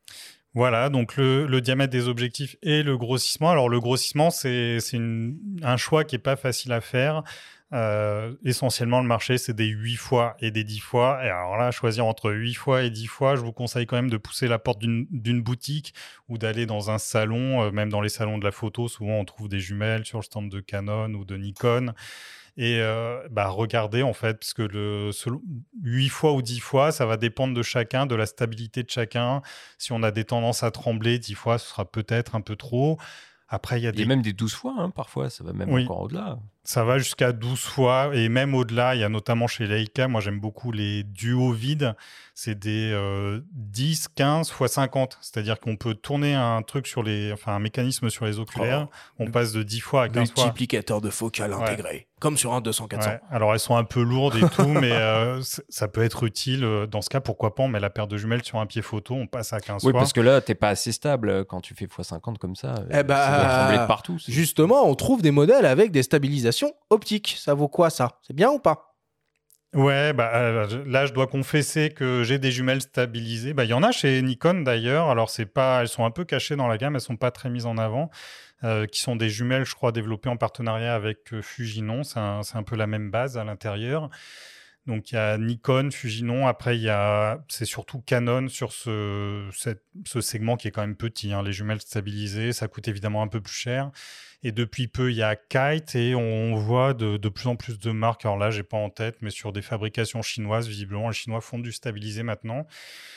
B: Voilà, donc le, le diamètre des objectifs et le grossissement. Alors le grossissement, c'est, c'est une, un choix qui n'est pas facile à faire. Euh, essentiellement, le marché, c'est des huit fois et des dix fois. Et alors là, choisir entre huit fois et dix fois, je vous conseille quand même de pousser la porte d'une, d'une boutique ou d'aller dans un salon. Euh, même dans les salons de la photo, souvent on trouve des jumelles sur le stand de Canon ou de Nikon. Et euh, bah, regardez en fait, parce que le, selon, huit fois ou dix fois, ça va dépendre de chacun, de la stabilité de chacun. Si on a des tendances à trembler, dix fois, ce sera peut-être un peu trop. Après, il y a
C: Il
B: des...
C: y a même des douze fois, hein, parfois, ça va même
B: Oui.
C: encore au-delà.
B: Ça va jusqu'à douze fois et même au-delà. Il y a notamment chez Leica, moi j'aime beaucoup les duos vides. C'est des euh, dix, quinze fois cinquante. C'est-à-dire qu'on peut tourner un truc sur les, enfin un mécanisme sur les oculaires. Oh, on passe de dix fois à quinze fois.
A: Multiplicateur de focale ouais. intégré, comme sur un deux cents quatre cents.
B: Ouais. Alors elles sont un peu lourdes et tout, mais euh, ça peut être utile. Dans ce cas, pourquoi pas, on met la paire de jumelles sur un pied photo, on passe à quinze
C: oui,
B: fois.
C: Oui, parce que là, t'es pas assez stable quand tu fais fois cinquante comme ça.
A: Eh bah,
C: ça doit trembler de partout. C'est...
A: Justement, on trouve des modèles avec des stabilisations optiques. Ça vaut quoi, ça? C'est bien ou pas?
B: Ouais, bah, euh, là, je dois confesser que j'ai des jumelles stabilisées. Bah, il y en a chez Nikon, d'ailleurs. Alors, c'est pas, elles sont un peu cachées dans la gamme. Elles sont pas très mises en avant. Euh, qui sont des jumelles, je crois, développées en partenariat avec euh, Fujinon. C'est un, c'est un peu la même base à l'intérieur. Donc, il y a Nikon, Fujinon. Après, il y a, c'est surtout Canon sur ce, cette, ce segment qui est quand même petit. Hein. Les jumelles stabilisées, ça coûte évidemment un peu plus cher. Et depuis peu, il y a Kite et on voit de, de plus en plus de marques. Alors là, j'ai pas en tête, mais sur des fabrications chinoises, visiblement, les Chinois font du stabilisé maintenant.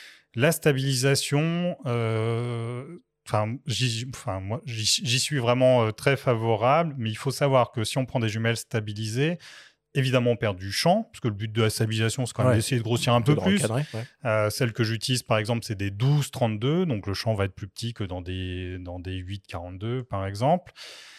B: La stabilisation, euh, enfin, j'y, enfin, moi, j'y, j'y suis vraiment euh, très favorable, mais il faut savoir que si on prend des jumelles stabilisées, évidemment, on perd du champ, parce que le but de la stabilisation, c'est quand même ouais. d'essayer de grossir un peu plus.
A: Ouais.
B: Euh, celle que j'utilise, par exemple, c'est des douze trente-deux, donc le champ va être plus petit que dans des, dans des huit quarante-deux, par exemple.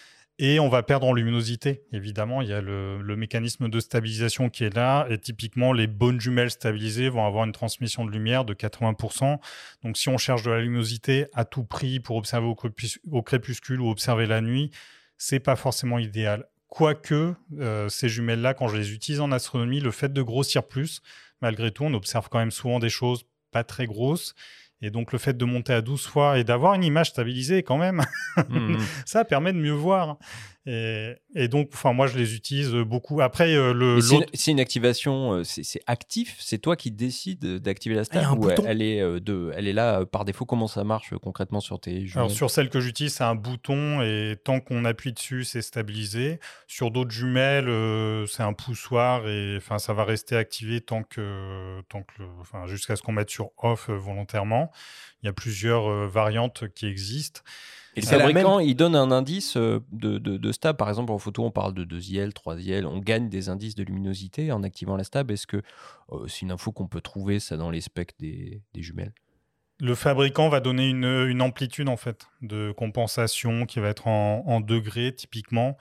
B: Et on va perdre en luminosité, évidemment. Il y a le, le mécanisme de stabilisation qui est là. Et typiquement, les bonnes jumelles stabilisées vont avoir une transmission de lumière de quatre-vingts pour cent. Donc, si on cherche de la luminosité à tout prix pour observer au, crépus- au crépuscule ou observer la nuit, c'est pas forcément idéal. Quoique, euh, ces jumelles-là, quand je les utilise en astronomie, le fait de grossir plus, malgré tout, on observe quand même souvent des choses pas très grosses. Et donc, le fait de monter à douze fois et d'avoir une image stabilisée, quand même, mmh. ça permet de mieux voir. Et, et donc, enfin, moi, je les utilise beaucoup. Après, euh, le,
C: c'est, une, c'est une activation, euh, c'est, c'est actif. C'est toi qui décides d'activer la stab
A: ah,
C: ou elle, elle, est, euh, de, elle est là euh, par défaut. Comment ça marche euh, concrètement sur tes jumelles?
B: Alors, sur celle que j'utilise, c'est un bouton et tant qu'on appuie dessus, c'est stabilisé. Sur d'autres jumelles, euh, c'est un poussoir et enfin, ça va rester activé tant que, tant que, enfin, jusqu'à ce qu'on mette sur off euh, volontairement. Il y a plusieurs euh, variantes qui existent.
C: Et le fabricant, même... il donne un indice de, de, de stab. Par exemple, en photo, on parle de deux I L, trois I L. On gagne des indices de luminosité en activant la stab. Est-ce que euh, c'est une info qu'on peut trouver ça dans les specs des, des jumelles?
B: Le fabricant va donner une, une amplitude en fait, de compensation qui va être en, en degrés typiquement.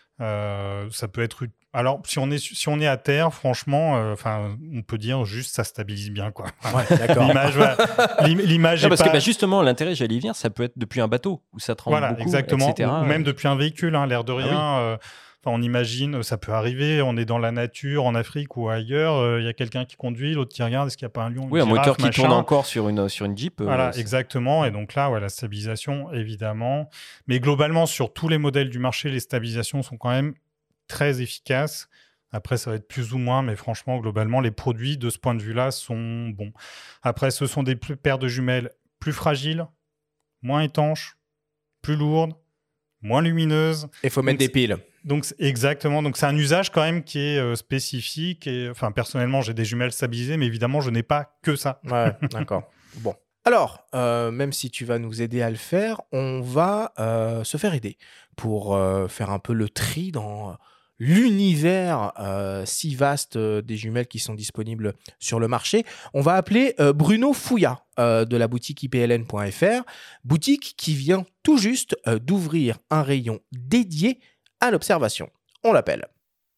B: Euh, ça peut être... Alors, si on est, si on est à terre, franchement, euh, on peut dire juste ça stabilise bien. Quoi.
A: Ouais, d'accord.
B: L'image, voilà. L'image
C: non,
B: est
C: parce
B: pas...
C: que bah, justement, l'intérêt, j'allais y venir, ça peut être depuis un bateau où ça tremble
B: voilà,
C: beaucoup,
B: exactement.
C: et cetera.
B: Ou même depuis un véhicule, hein, l'air de rien. Ah, oui. euh, on imagine, ça peut arriver, on est dans la nature, en Afrique ou ailleurs, il euh, y a quelqu'un qui conduit, l'autre qui regarde, est-ce qu'il n'y a pas un lion, une
C: Oui, un
B: girafe,
C: moteur qui
B: machin.
C: tourne encore sur une, sur une Jeep.
B: Voilà,
C: euh,
B: exactement. Et donc là, ouais, la stabilisation, évidemment. Mais globalement, sur tous les modèles du marché, les stabilisations sont quand même très efficaces. Après, ça va être plus ou moins, mais franchement, globalement, les produits de ce point de vue-là sont bons. Après, ce sont des plus, paires de jumelles plus fragiles, moins étanches, plus lourdes, moins lumineuses.
A: Il faut mettre
B: donc,
A: des piles.
B: Donc, exactement. Donc, c'est un usage quand même qui est euh, spécifique. Et, enfin, personnellement, j'ai des jumelles stabilisées, mais évidemment, je n'ai pas que ça.
A: Ouais, d'accord. Bon. Alors, euh, même si tu vas nous aider à le faire, on va euh, se faire aider pour euh, faire un peu le tri dans l'univers euh, si vaste euh, des jumelles qui sont disponibles sur le marché. On va appeler euh, Bruno Fouillat euh, de la boutique I P L N point F R, boutique qui vient tout juste euh, d'ouvrir un rayon dédié à l'observation. On l'appelle.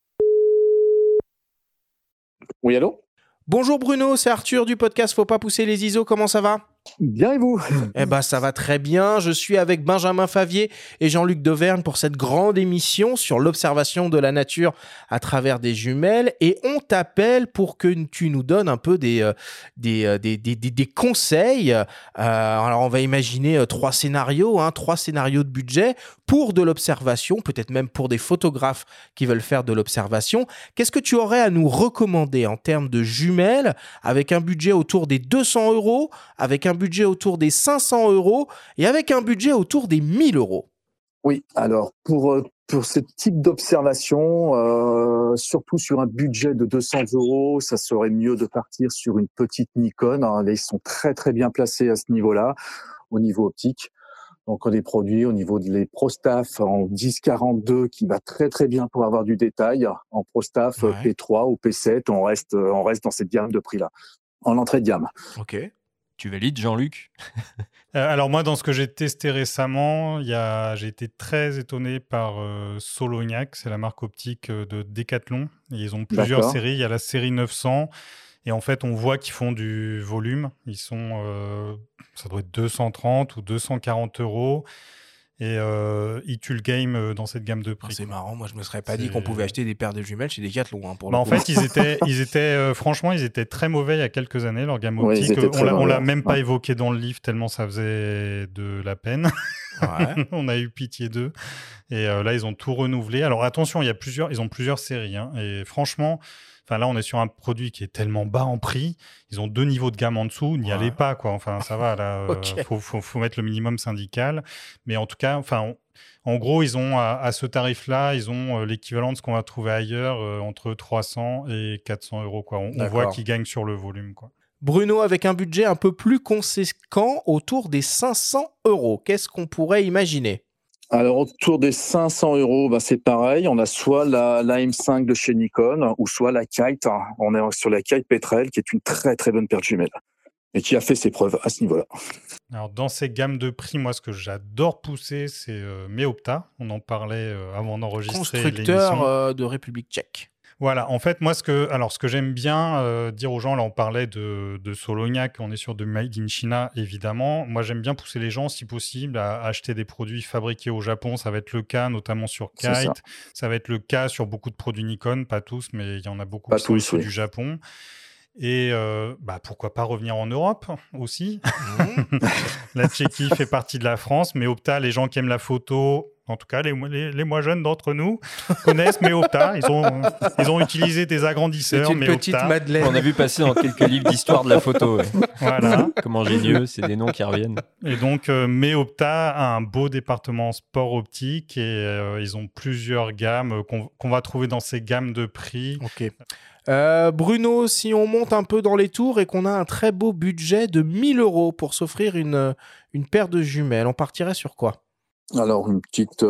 E: Oui, allô?
A: Bonjour Bruno, c'est Arthur du podcast Faut pas pousser les I S O, comment ça va?
E: Bien et vous?
A: Eh ben ça va très bien, je suis avec Benjamin Favier et Jean-Luc Dauvergne pour cette grande émission sur l'observation de la nature à travers des jumelles et on t'appelle pour que tu nous donnes un peu des, euh, des, euh, des, des, des, des conseils. Euh, alors on va imaginer euh, trois scénarios, hein, trois scénarios de budget pour de l'observation, peut-être même pour des photographes qui veulent faire de l'observation. Qu'est-ce que tu aurais à nous recommander en termes de jumelles avec un budget autour des deux cents euros, avec un budget autour des cinq cents euros et avec un budget autour des mille euros?
E: Oui, alors pour, euh, pour ce type d'observation, euh, surtout sur un budget de deux cents euros, ça serait mieux de partir sur une petite Nikon. Hein. Ils sont très très bien placés à ce niveau-là, au niveau optique. Donc on a des produits au niveau de les ProStaff en dix quarante-deux qui va très très bien pour avoir du détail. En ProStaff
A: Ouais.
E: P trois ou P sept, on reste, on reste dans cette gamme de prix-là, en entrée de gamme.
A: Ok.
C: Tu valides, Jean-Luc?
B: Euh, alors moi, dans ce que j'ai testé récemment, il y a... j'ai été très étonné par euh, Solognac, c'est la marque optique euh, de Decathlon. Et ils ont plusieurs
E: D'accord.
B: séries, il y a la série neuf cents, et en fait, on voit qu'ils font du volume. Ils sont, euh, ça doit être deux cent trente ou deux cent quarante euros, et euh, ils tuent le game euh, dans cette gamme de
A: Oh,
B: prix.
A: c'est
B: quoi.
A: marrant, moi je me serais pas dit
B: C'est-
A: qu'on pouvait acheter des paires de jumelles chez Decathlon hein, pour
B: Bah,
A: le
B: en
A: coup.
B: fait, ils étaient, ils étaient euh, franchement, ils étaient très mauvais il y a quelques années, leur gamme
E: Ouais, ils
B: optique.
E: étaient
B: on
E: très
B: l'a, on
E: mauvais,
B: l'a même pas
E: ouais.
B: évoqué dans le livre tellement ça faisait de la peine.
A: Ouais.
B: On a eu pitié d'eux. Et euh, là, ils ont tout renouvelé. Alors attention, il y a plusieurs, ils ont plusieurs séries. Hein. Et franchement, enfin là, on est sur un produit qui est tellement bas en prix. Ils ont deux niveaux de gamme en dessous. N'y
A: Ouais.
B: allez pas, quoi. Enfin, ça va. Là, euh,
A: Ok.
B: faut, faut, faut mettre le minimum syndical. Mais en tout cas, enfin. On, En gros, ils ont à, à ce tarif-là, ils ont euh, l'équivalent de ce qu'on va trouver ailleurs, euh, entre trois cents et quatre cents euros. Quoi. On, on voit
A: D'accord.
B: qu'ils gagnent sur le volume. Quoi.
A: Bruno, avec un budget un peu plus conséquent, autour des cinq cents euros, qu'est-ce qu'on pourrait imaginer?
E: Alors, autour des cinq cents euros, bah, c'est pareil. On a soit la, la M cinq de chez Nikon ou soit la Kite. On est sur la Kite Petrel, qui est une très très bonne paire de jumelles et qui a fait ses preuves à ce niveau-là.
B: Alors, dans ces gammes de prix, moi, ce que j'adore pousser, c'est euh, Meopta. On en parlait euh, avant d'enregistrer
A: Constructeur
B: l'émission.
A: euh, de République tchèque.
B: Voilà, en fait, moi, ce que, alors, ce que j'aime bien euh, dire aux gens, là, on parlait de, de Solognac, on est sur de Made in China, évidemment. Moi, j'aime bien pousser les gens, si possible, à acheter des produits fabriqués au Japon. Ça va être le cas, notamment sur
E: C'est ça.
B: Kite. Ça va être le cas sur beaucoup de produits Nikon, pas tous, mais il y en a beaucoup
E: Pas
B: qui sont
E: tous,
B: issus
E: oui.
B: du Japon. Et euh, bah, pourquoi pas revenir en Europe aussi.
A: Mmh.
B: La Tchéquie fait partie de la France, mais Opta, les gens qui aiment la photo, en tout cas les, les, les moins jeunes d'entre nous, connaissent Meopta. Ils ont, ils ont utilisé des
A: C'est
B: agrandisseurs,
A: une petite
B: Meopta.
A: Madeleine.
C: On a vu passer dans quelques livres d'histoire de la photo. Ouais.
B: Voilà.
C: Comme ingénieux, c'est des noms qui reviennent.
B: Et donc, euh, Meopta a un beau département sport optique et euh, ils ont plusieurs gammes euh, qu'on qu'on va trouver dans ces gammes de prix.
A: Ok. Euh, Bruno, si on monte un peu dans les tours et qu'on a un très beau budget de mille euros pour s'offrir une, une paire de jumelles, on partirait sur quoi?
E: Alors, une petite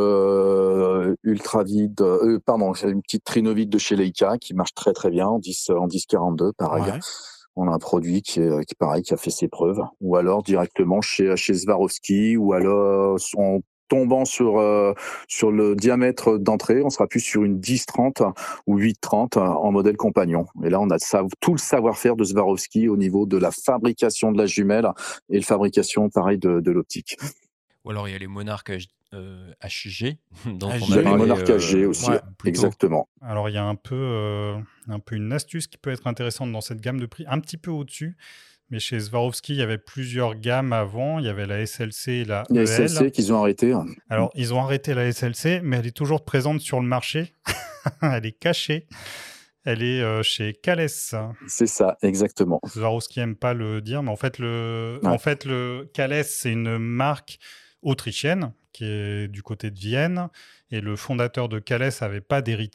E: euh, ultra vide, euh, pardon, j'ai une petite Trinovide de chez Leica qui marche très très bien en dix, en dix quarante-deux, pareil.
A: Ouais.
E: On a un produit qui est, qui est pareil, qui a fait ses preuves. Ou alors directement chez, chez Swarovski, ou alors en tombant sur, euh, sur le diamètre d'entrée, on sera plus sur une dix trente ou huit trente en modèle compagnon. Et là, on a sa- tout le savoir-faire de Swarovski au niveau de la fabrication de la jumelle et la fabrication, pareil, de, de l'optique.
C: Ou alors il y a les monarques H- euh, H G dont
A: H G.
C: on
E: Il y
C: a
E: a les
C: parlé
E: monarques H G
C: euh,
E: aussi,
A: ouais,
C: plus tôt.
E: exactement.
B: Alors, il y a un peu, euh, un peu une astuce qui peut être intéressante dans cette gamme de prix, un petit peu au-dessus. Mais chez Swarovski, il y avait plusieurs gammes avant. Il y avait la S L C et la
E: Il y a
B: E
E: S L C
B: L.
E: qu'ils ont arrêté.
B: Alors, ils ont arrêté la S L C, mais elle est toujours présente sur le marché. Elle est cachée. Elle est euh, chez Cales.
E: C'est ça, exactement.
B: Swarovski n'aime pas le dire, mais en fait, le,
E: Ouais.
B: en fait, le Cales, c'est une marque autrichienne qui est du côté de Vienne. Et le fondateur de Cales n'avait pas d'héritier.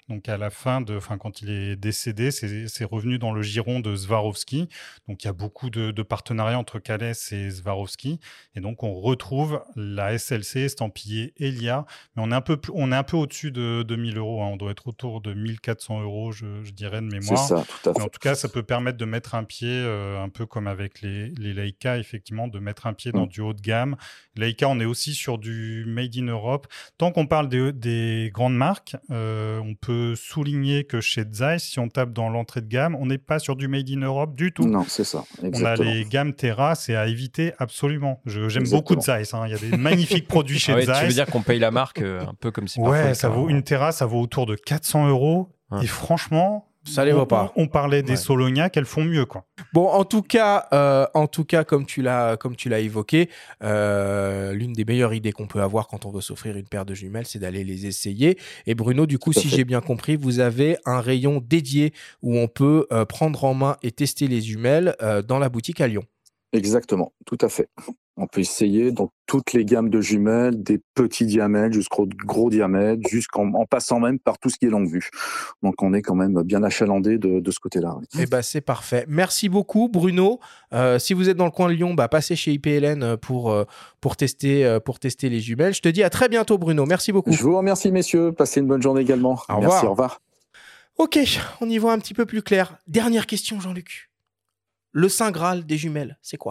B: Donc à la fin, de, enfin, quand il est décédé, c'est, c'est revenu dans le giron de Swarovski. Donc il y a beaucoup de, de partenariats entre Calais et Swarovski. Et donc on retrouve la S L C estampillée Elia. Mais on est un peu, on est un peu au-dessus de, de mille euros. Hein. On doit être autour de mille quatre cents euros, je, je dirais, de mémoire.
E: C'est ça, tout à fait.
B: Mais en tout cas, ça peut permettre de mettre un pied, euh, un peu comme avec les, les Leica, effectivement, de mettre un pied dans mmh. du haut de gamme. Leica, on est aussi sur du Made in Europe. Tant qu'on parle des, des grandes marques, euh, on peut souligner que chez Zeiss, si on tape dans l'entrée de gamme, on n'est pas sur du Made in Europe du tout.
E: Non, c'est ça, exactement.
B: On a les gammes Terra, c'est à éviter absolument. Je, j'aime exactement. beaucoup de Zeiss. Hein. Il y a des magnifiques produits chez ah ouais, Zeiss.
C: Tu veux dire qu'on paye la marque euh, un peu comme si
B: ouais, ça vaut une Terra, ça vaut autour de quatre cents euros. Ouais. Et franchement...
A: Ça les vaut pas.
B: On, on parlait des ouais. Sologna, qu'elles font mieux, quoi.
A: Bon, en tout cas, euh, en tout cas, comme tu l'as, comme tu l'as évoqué, euh, l'une des meilleures idées qu'on peut avoir quand on veut s'offrir une paire de jumelles, c'est d'aller les essayer. Et Bruno, du coup, si j'ai bien compris, vous avez un rayon dédié où on peut euh, prendre en main et tester les jumelles euh, dans la boutique à Lyon.
E: Exactement, tout à fait. On peut essayer donc toutes les gammes de jumelles, des petits diamètres jusqu'aux gros diamètres, jusqu'en en passant même par tout ce qui est longue vue. Donc on est quand même bien achalandé de, de ce côté-là. Oui.
A: Eh ben c'est parfait. Merci beaucoup Bruno. Euh, si vous êtes dans le coin de Lyon, bah passez chez I P L N pour euh, pour tester pour tester les jumelles. Je te dis à très bientôt Bruno. Merci beaucoup.
E: Je vous remercie messieurs. Passez une bonne journée également.
A: Au
E: Merci.
A: revoir.
E: Au revoir.
A: Ok, on y voit un petit peu plus clair. Dernière question Jean-Luc. Le Saint Graal des jumelles, c'est quoi ?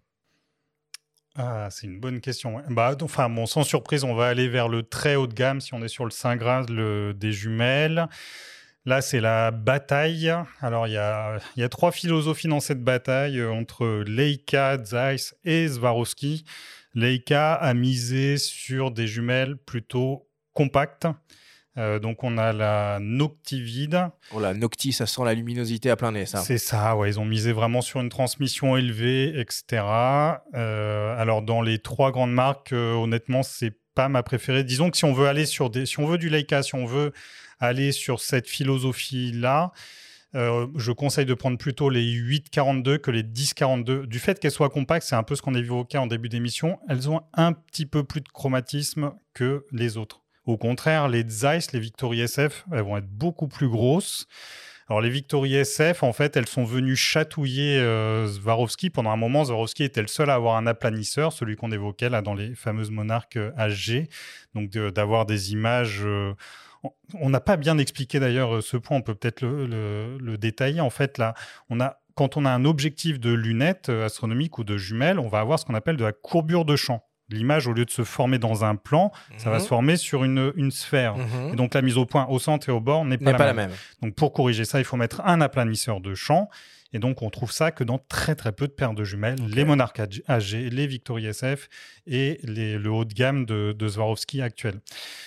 B: Ah, c'est une bonne question. Bah, enfin, bon, sans surprise, on va aller vers le très haut de gamme si on est sur le Saint Graal le, des jumelles. Là, c'est la bataille. Alors, il y a, y a trois philosophies dans cette bataille euh, entre Leica, Zeiss et Swarovski. Leica a misé sur des jumelles plutôt compactes. Euh, donc, on a la Noctivid.
A: Oh, la Nocti, ça sent la luminosité à plein nez, ça.
B: C'est ça, ouais. Ils ont misé vraiment sur une transmission élevée, et cetera. Euh, alors, dans les trois grandes marques, euh, honnêtement, c'est pas ma préférée. Disons que si on veut aller sur des... Si on veut du Leica, si on veut aller sur cette philosophie-là, euh, je conseille de prendre plutôt les huit quarante-deux que les dix quarante-deux. Du fait qu'elles soient compactes, c'est un peu ce qu'on a évoqué en début d'émission, elles ont un petit peu plus de chromatisme que les autres. Au contraire, les Zeiss, les Victory S F, elles vont être beaucoup plus grosses. Alors, les Victory S F, en fait, elles sont venues chatouiller euh, Swarovski. Pendant un moment, Swarovski était le seul à avoir un aplanisseur, celui qu'on évoquait là dans les fameuses monarques euh, H G. Donc, de, d'avoir des images... Euh, on n'a pas bien expliqué d'ailleurs ce point, on peut peut-être le, le, le détailler. En fait, là, on a, quand on a un objectif de lunettes astronomiques ou de jumelles, on va avoir ce qu'on appelle de la courbure de champ. L'image, au lieu de se former dans un plan, mmh. ça va se former sur une, une sphère. Mmh. Et donc, la mise au point au centre et au bord n'est pas,
A: n'est
B: la,
A: pas
B: même.
A: la même.
B: Donc, pour corriger ça, il faut mettre un aplanisseur de champ. Et donc, on trouve ça que dans très, très peu de paires de jumelles. Okay. Les Monarch H G, les Victory S F et les, le haut de gamme de, de Swarovski actuel.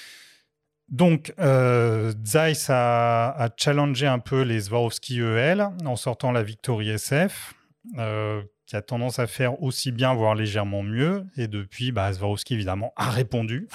B: Donc, euh, Zeiss a, a challengé un peu les Swarovski E L en sortant la Victory S F, euh, qui a tendance à faire aussi bien, voire légèrement mieux. Et depuis, bah, Swarovski, évidemment, a répondu.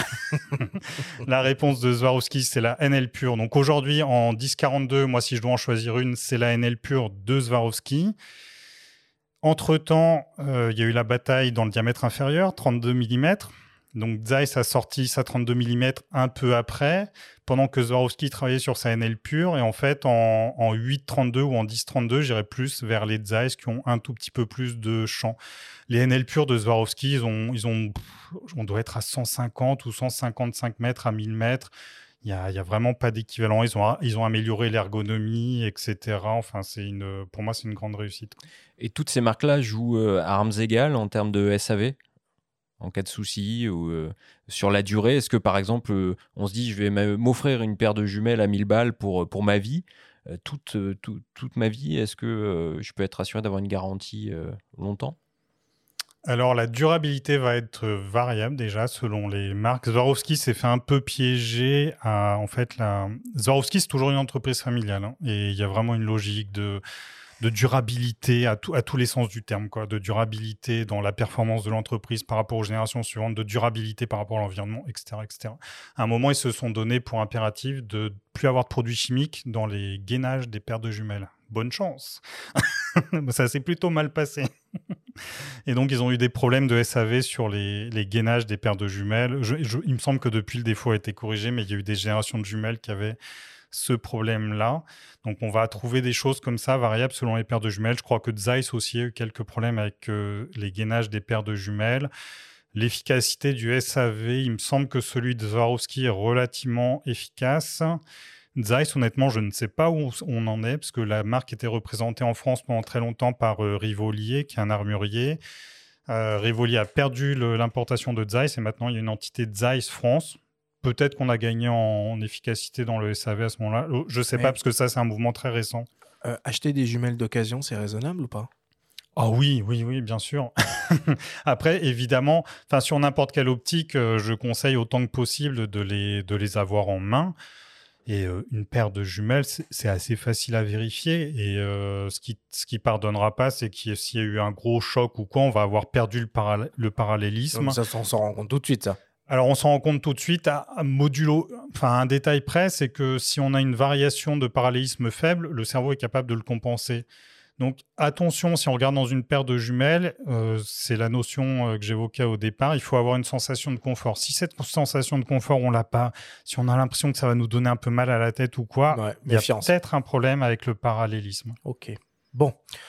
B: La réponse de Swarovski, c'est la N L Pure. Donc aujourd'hui, en dix quarante-deux, moi, si je dois en choisir une, c'est la N L Pure de Swarovski. Entre-temps, euh, il y a eu la bataille dans le diamètre inférieur, trente-deux millimètres. Donc Zeiss a sorti sa trente-deux millimètres un peu après, pendant que Swarovski travaillait sur sa N L Pure. Et en fait, en, en huit trente-deux ou en dix trente-deux, j'irais plus vers les Zeiss qui ont un tout petit peu plus de champ. Les N L Pure de Swarovski, ils ont, ils ont, on doit être à cent cinquante ou cent cinquante-cinq mètres à mille mètres. Il n'y a, y a vraiment pas d'équivalent. Ils ont, ils ont amélioré l'ergonomie, et cetera. Enfin, c'est une, pour moi, c'est une grande réussite.
C: Et toutes ces marques-là jouent euh, à armes égales en termes de S A V ? En cas de souci ou euh, sur la durée, est-ce que par exemple, euh, on se dit je vais m'offrir une paire de jumelles à mille balles pour, pour ma vie, euh, toute, euh, tout, toute ma vie, est-ce que euh, je peux être assuré d'avoir une garantie euh, longtemps ?
B: Alors, la durabilité va être variable déjà selon les marques. Swarovski s'est fait un peu piéger. À, en fait, la... Swarovski, c'est toujours une entreprise familiale hein, et il y a vraiment une logique de... de durabilité à, tout, à tous les sens du terme, quoi. De durabilité dans la performance de l'entreprise par rapport aux générations suivantes, de durabilité par rapport à l'environnement, et cetera, et cetera. À un moment, ils se sont donnés pour impératif de ne plus avoir de produits chimiques dans les gainages des paires de jumelles. Bonne chance. Ça s'est plutôt mal passé. Et donc, ils ont eu des problèmes de S A V sur les, les gainages des paires de jumelles. Je, je, il me semble que depuis, le défaut a été corrigé, mais il y a eu des générations de jumelles qui avaient ce problème-là. Donc, on va trouver des choses comme ça, variables selon les paires de jumelles. Je crois que Zeiss aussi a eu quelques problèmes avec euh, les gainages des paires de jumelles. L'efficacité du S A V, il me semble que celui de Swarovski est relativement efficace. Zeiss, honnêtement, je ne sais pas où on en est, parce que la marque était représentée en France pendant très longtemps par euh, Rivolier, qui est un armurier. Euh, Rivolier a perdu le, l'importation de Zeiss, et maintenant il y a une entité Zeiss France. Peut-être qu'on a gagné en, en efficacité dans le S A V à ce moment-là. Je ne sais
A: Mais...
B: pas, parce que ça, c'est un mouvement très récent.
A: Euh, acheter des jumelles d'occasion, c'est raisonnable ou pas ?
B: Ah oui, oui, oui, bien sûr. Après, évidemment, sur n'importe quelle optique, euh, je conseille autant que possible de les, de les avoir en main. Et euh, une paire de jumelles, c'est, c'est assez facile à vérifier. Et euh, ce qui ce qui pardonnera pas, c'est qu'il y a, s'il y a eu un gros choc ou quoi, on va avoir perdu le, paral- le parallélisme.
A: Donc ça, on s'en rend compte tout de suite, ça.
B: Alors, on s'en rend compte tout de suite à, à modulo. Enfin, un détail près, c'est que si on a une variation de parallélisme faible, le cerveau est capable de le compenser. Donc, attention, si on regarde dans une paire de jumelles, euh, c'est la notion euh, que j'évoquais au départ, il faut avoir une sensation de confort. Si cette sensation de confort, on ne l'a pas, si on a l'impression que ça va nous donner un peu mal à la tête ou quoi,
A: Ouais,
B: il y a
A: méfiance.
B: peut-être un problème avec le parallélisme.
A: Ok. Bon.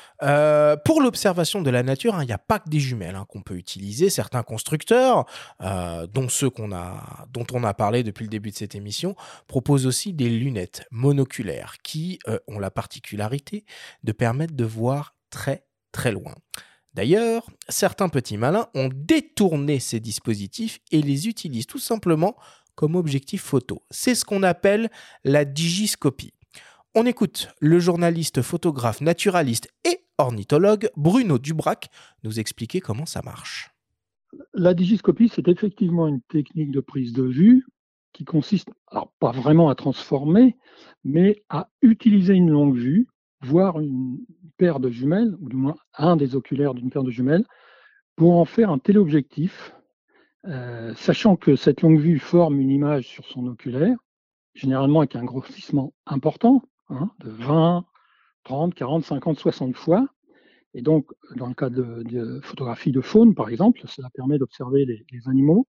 A: Euh, pour l'observation de la nature, il n'y a pas que des jumelles hein, qu'on peut utiliser. Certains constructeurs, euh, dont ceux qu'on a, dont on a parlé depuis le début de cette émission, proposent aussi des lunettes monoculaires qui euh, ont la particularité de permettre de voir très très loin. D'ailleurs, certains petits malins ont détourné ces dispositifs et les utilisent tout simplement comme objectif photo. C'est ce qu'on appelle la digiscopie. On écoute le journaliste, photographe, naturaliste et ornithologue Bruno Dubrac nous expliquer comment ça marche.
F: La digiscopie, c'est effectivement une technique de prise de vue qui consiste, alors pas vraiment à transformer, mais à utiliser une longue vue, voire une paire de jumelles, ou du moins un des oculaires d'une paire de jumelles, pour en faire un téléobjectif, euh, sachant que cette longue vue forme une image sur son oculaire, généralement avec un grossissement important, hein, de vingt, trente, quarante, cinquante, soixante fois. Et donc, dans le cas de, de photographie de faune, par exemple, cela permet d'observer les, les animaux.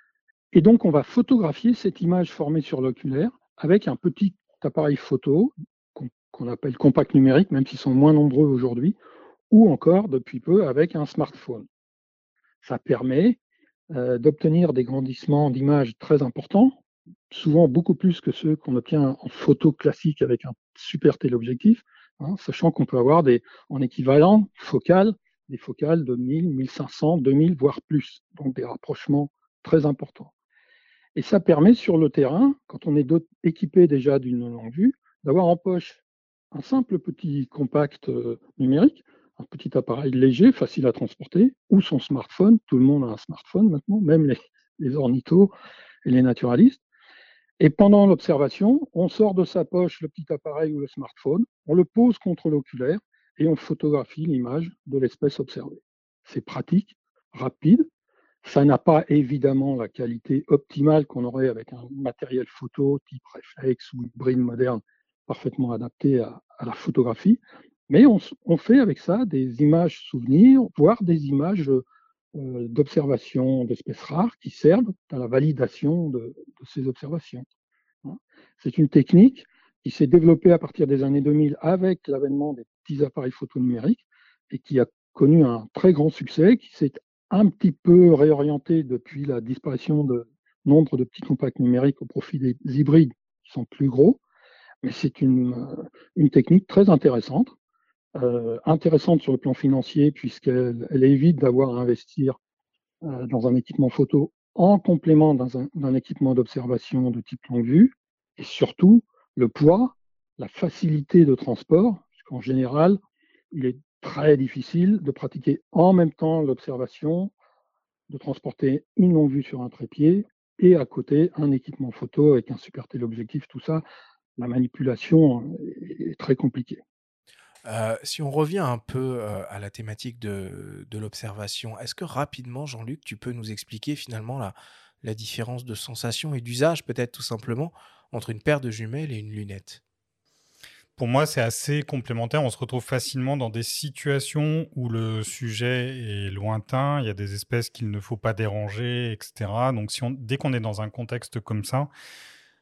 F: Et donc, on va photographier cette image formée sur l'oculaire avec un petit appareil photo qu'on, qu'on appelle compact numérique, même s'ils sont moins nombreux aujourd'hui, ou encore, depuis peu, avec un smartphone. Ça permet euh, d'obtenir des grandissements d'images très importants, souvent beaucoup plus que ceux qu'on obtient en photo classique avec un super téléobjectif, hein, sachant qu'on peut avoir des, en équivalent focal, des focales de mille, mille cinq cents, deux mille, voire plus, donc des rapprochements très importants. Et ça permet sur le terrain, quand on est équipé déjà d'une longue vue, d'avoir en poche un simple petit compact euh, numérique, un petit appareil léger, facile à transporter, ou son smartphone. Tout le monde a un smartphone maintenant, même les, les ornithos et les naturalistes. Et pendant l'observation, on sort de sa poche le petit appareil ou le smartphone, on le pose contre l'oculaire et on photographie l'image de l'espèce observée. C'est pratique, rapide. Ça n'a pas évidemment la qualité optimale qu'on aurait avec un matériel photo type réflexe ou hybride moderne parfaitement adapté à, à la photographie. Mais on, on fait avec ça des images souvenirs, voire des images euh, d'observation d'espèces rares qui servent à la validation de, de ces observations. C'est une technique qui s'est développée à partir des années deux mille avec l'avènement des petits appareils photo numériques et qui a connu un très grand succès, qui s'est un petit peu réorienté depuis la disparition de nombre de petits compacts numériques au profit des hybrides qui sont plus gros. Mais c'est une, une technique très intéressante, euh, intéressante sur le plan financier puisqu'elle elle évite d'avoir à investir euh, dans un équipement photo en complément d'un, d'un équipement d'observation de type longue vue, et surtout le poids, la facilité de transport, puisqu'en général, il est très difficile de pratiquer en même temps l'observation, de transporter une longue vue sur un trépied et à côté un équipement photo avec un super téléobjectif, tout ça, la manipulation est très compliquée.
A: Euh, si on revient un peu euh, à la thématique de, de l'observation, est-ce que rapidement, Jean-Luc, tu peux nous expliquer finalement la, la différence de sensation et d'usage, peut-être tout simplement, entre une paire de jumelles et une lunette ?
B: Pour moi, c'est assez complémentaire. On se retrouve facilement dans des situations où le sujet est lointain, il y a des espèces qu'il ne faut pas déranger, et cetera. Donc, si on, dès qu'on est dans un contexte comme ça,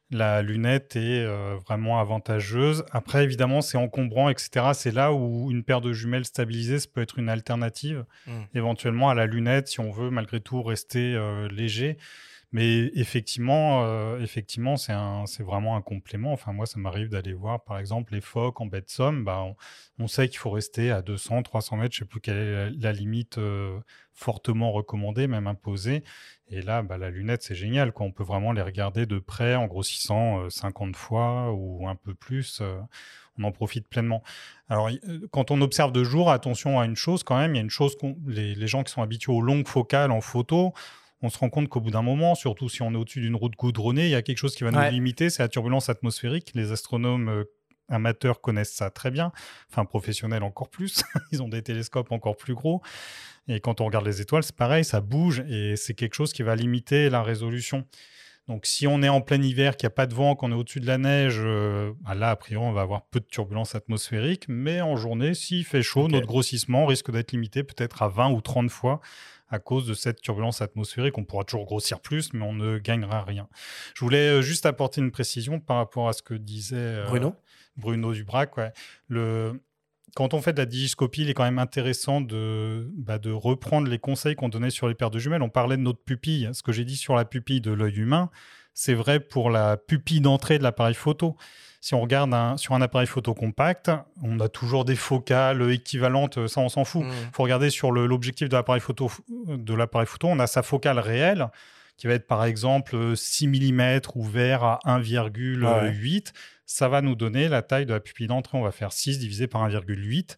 B: la lunette est euh, vraiment avantageuse. Après, évidemment, c'est encombrant, et cetera. C'est là où une paire de jumelles stabilisées, ça peut être une alternative,
A: Mm.
B: éventuellement à la lunette, si on veut malgré tout rester euh, léger. Mais effectivement, euh, effectivement, c'est un, c'est vraiment un complément. Enfin, moi, ça m'arrive d'aller voir, par exemple, les phoques en baie de Somme. Bah, on, on sait qu'il faut rester à deux cents, trois cents mètres. Je ne sais plus quelle est la, la limite euh, fortement recommandée, même imposée. Et là, bah, la lunette, c'est génial, quoi. On peut vraiment les regarder de près en grossissant euh, cinquante fois ou un peu plus. Euh, on en profite pleinement. Alors, y- euh, quand on observe de jour, attention à une chose quand même. Il y a une chose, qu'on, les, les gens qui sont habitués aux longues focales en photo, on se rend compte qu'au bout d'un moment, surtout si on est au-dessus d'une route goudronnée, il y a quelque chose qui va nous
A: Ouais.
B: limiter, c'est la turbulence atmosphérique. Les astronomes euh, amateurs connaissent ça très bien, enfin professionnels encore plus. Ils ont des télescopes encore plus gros. Et quand on regarde les étoiles, c'est pareil, ça bouge et c'est quelque chose qui va limiter la résolution. Donc, si on est en plein hiver, qu'il n'y a pas de vent, qu'on est au-dessus de la neige, euh, bah là, a priori, on va avoir peu de turbulences atmosphériques. Mais en journée, s'il fait chaud,
A: Ok.
B: notre grossissement risque d'être limité peut-être à vingt ou trente fois à cause de cette turbulence atmosphérique. On pourra toujours grossir plus, mais on ne gagnera rien. Je voulais euh, juste apporter une précision par rapport à ce que disait euh,
A: Bruno
B: Bruno Dubrac. Ouais. Le... Quand on fait de la digiscopie, il est quand même intéressant de, bah, de reprendre les conseils qu'on donnait sur les paires de jumelles. On parlait de notre pupille. Ce que j'ai dit sur la pupille de l'œil humain, c'est vrai pour la pupille d'entrée de l'appareil photo. Si on regarde un, sur un appareil photo compact, on a toujours des focales équivalentes, ça on s'en fout. Il
A: Mm.
B: faut regarder sur le, l'objectif de l'appareil photo, de l'appareil photo, on a sa focale réelle qui va être par exemple six millimètres ouvert à un virgule huit. Ouais. Ça va nous donner la taille de la pupille d'entrée. On va faire six divisé par un virgule huit.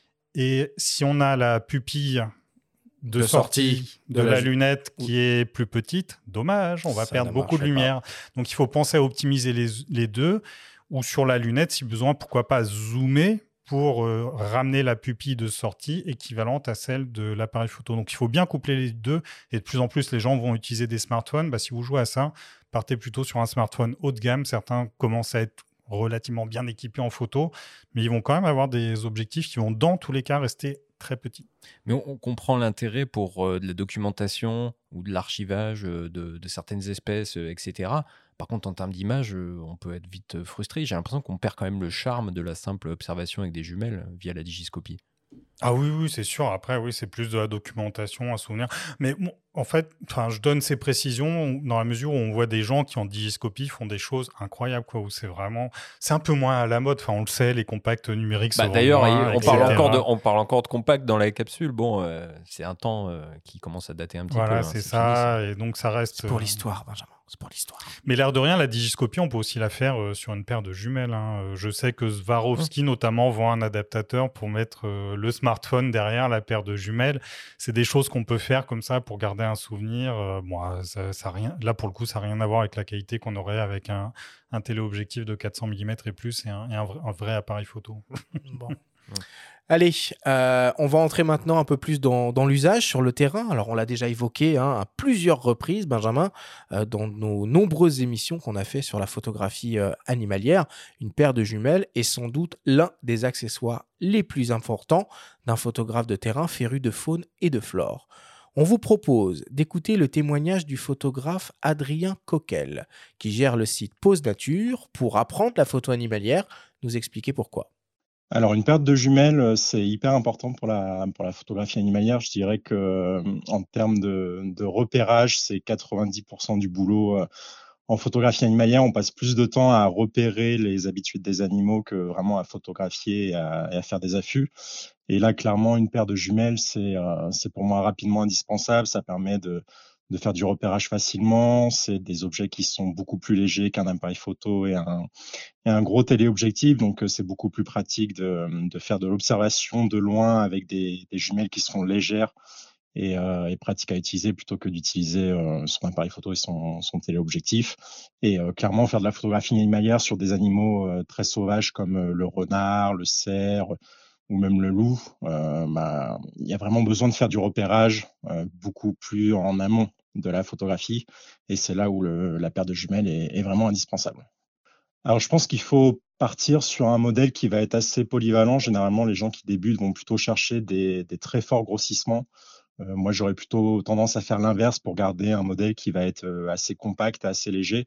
B: Et si on a la pupille de, de sortie, sortie de, de la, la lunette qui est plus petite, dommage, on va ça perdre beaucoup de lumière. Pas. Donc il faut penser à optimiser les, les deux. Ou sur la lunette, si besoin, pourquoi pas zoomer pour euh, ramener la pupille de sortie équivalente à celle de l'appareil photo. Donc il faut bien coupler les deux. Et de plus en plus, les gens vont utiliser des smartphones. Bah, si vous jouez à ça, partez plutôt sur un smartphone haut de gamme. Certains commencent à être relativement bien équipés en photo, mais ils vont quand même avoir des objectifs qui vont dans tous les cas rester très petits.
C: Mais on, on comprend l'intérêt pour euh, de la documentation ou de l'archivage euh, de, de certaines espèces, euh, et cetera. Par contre, en termes d'image, euh, on peut être vite euh, frustré. J'ai l'impression qu'on perd quand même le charme de la simple observation avec des jumelles euh, via la digiscopie.
B: Ah oui, oui, c'est sûr. Après, oui, c'est plus de la documentation, un souvenir. Mais bon, en fait, je donne ces précisions dans la mesure où on voit des gens qui, en digiscopie, font des choses incroyables, quoi, où c'est vraiment... C'est un peu moins à la mode. Enfin, on le sait, les compacts numériques
C: bah,
B: se
C: d'ailleurs,
B: moins,
C: on parle, encore de, on parle encore de compact dans la capsule. Bon, euh, c'est un temps euh, qui commence à dater un petit
B: voilà,
C: peu.
B: Voilà, c'est,
C: hein, c'est
B: ça.
C: fini, ça.
B: Et donc, ça reste...
A: C'est pour l'histoire, Benjamin. C'est pour l'histoire.
B: Mais l'air de rien, la digiscopie, on peut aussi la faire euh, sur une paire de jumelles. Hein. Je sais que Swarovski, mmh. notamment, vend un adaptateur pour mettre euh, le smartphone derrière la paire de jumelles. C'est des choses qu'on peut faire comme ça pour garder un souvenir. Euh, bon, ça, ça rien... Là, pour le coup, ça n'a rien à voir avec la qualité qu'on aurait avec un, un téléobjectif de quatre cents millimètres et plus et un, et un, vrai, un vrai appareil photo.
A: Bon. Allez, euh, on va entrer maintenant un peu plus dans, dans l'usage sur le terrain. Alors, on l'a déjà évoqué hein, à plusieurs reprises, Benjamin, euh, dans nos nombreuses émissions qu'on a fait sur la photographie euh, animalière. Une paire de jumelles est sans doute l'un des accessoires les plus importants d'un photographe de terrain féru de faune et de flore. On vous propose d'écouter le témoignage du photographe Adrien Coquel, qui gère le site Pose Nature pour apprendre la photo animalière, nous expliquer pourquoi.
G: Alors, une paire de jumelles, c'est hyper important pour la, pour la photographie animalière. Je dirais que, en termes de, de repérage, c'est quatre-vingt-dix pour cent du boulot. En photographie animalière, on passe plus de temps à repérer les habitudes des animaux que vraiment à photographier et à, et à faire des affûts. Et là, clairement, une paire de jumelles, c'est, euh, c'est pour moi rapidement indispensable. Ça permet de, de faire du repérage facilement. C'est des objets qui sont beaucoup plus légers qu'un appareil photo et un, et un gros téléobjectif. Donc, c'est beaucoup plus pratique de, de faire de l'observation de loin avec des, des jumelles qui seront légères et, euh, et pratiques à utiliser plutôt que d'utiliser euh, son appareil photo et son, son téléobjectif. Et euh, clairement, faire de la photographie animalière sur des animaux euh, très sauvages comme euh, le renard, le cerf ou même le loup, euh, bah, il y a vraiment besoin de faire du repérage euh, beaucoup plus en amont de la photographie. Et c'est là où le, la paire de jumelles est, est vraiment indispensable. Alors, je pense qu'il faut partir sur un modèle qui va être assez polyvalent. Généralement, les gens qui débutent vont plutôt chercher des, des très forts grossissements. Euh, moi, j'aurais plutôt tendance à faire l'inverse pour garder un modèle qui va être assez compact, assez léger.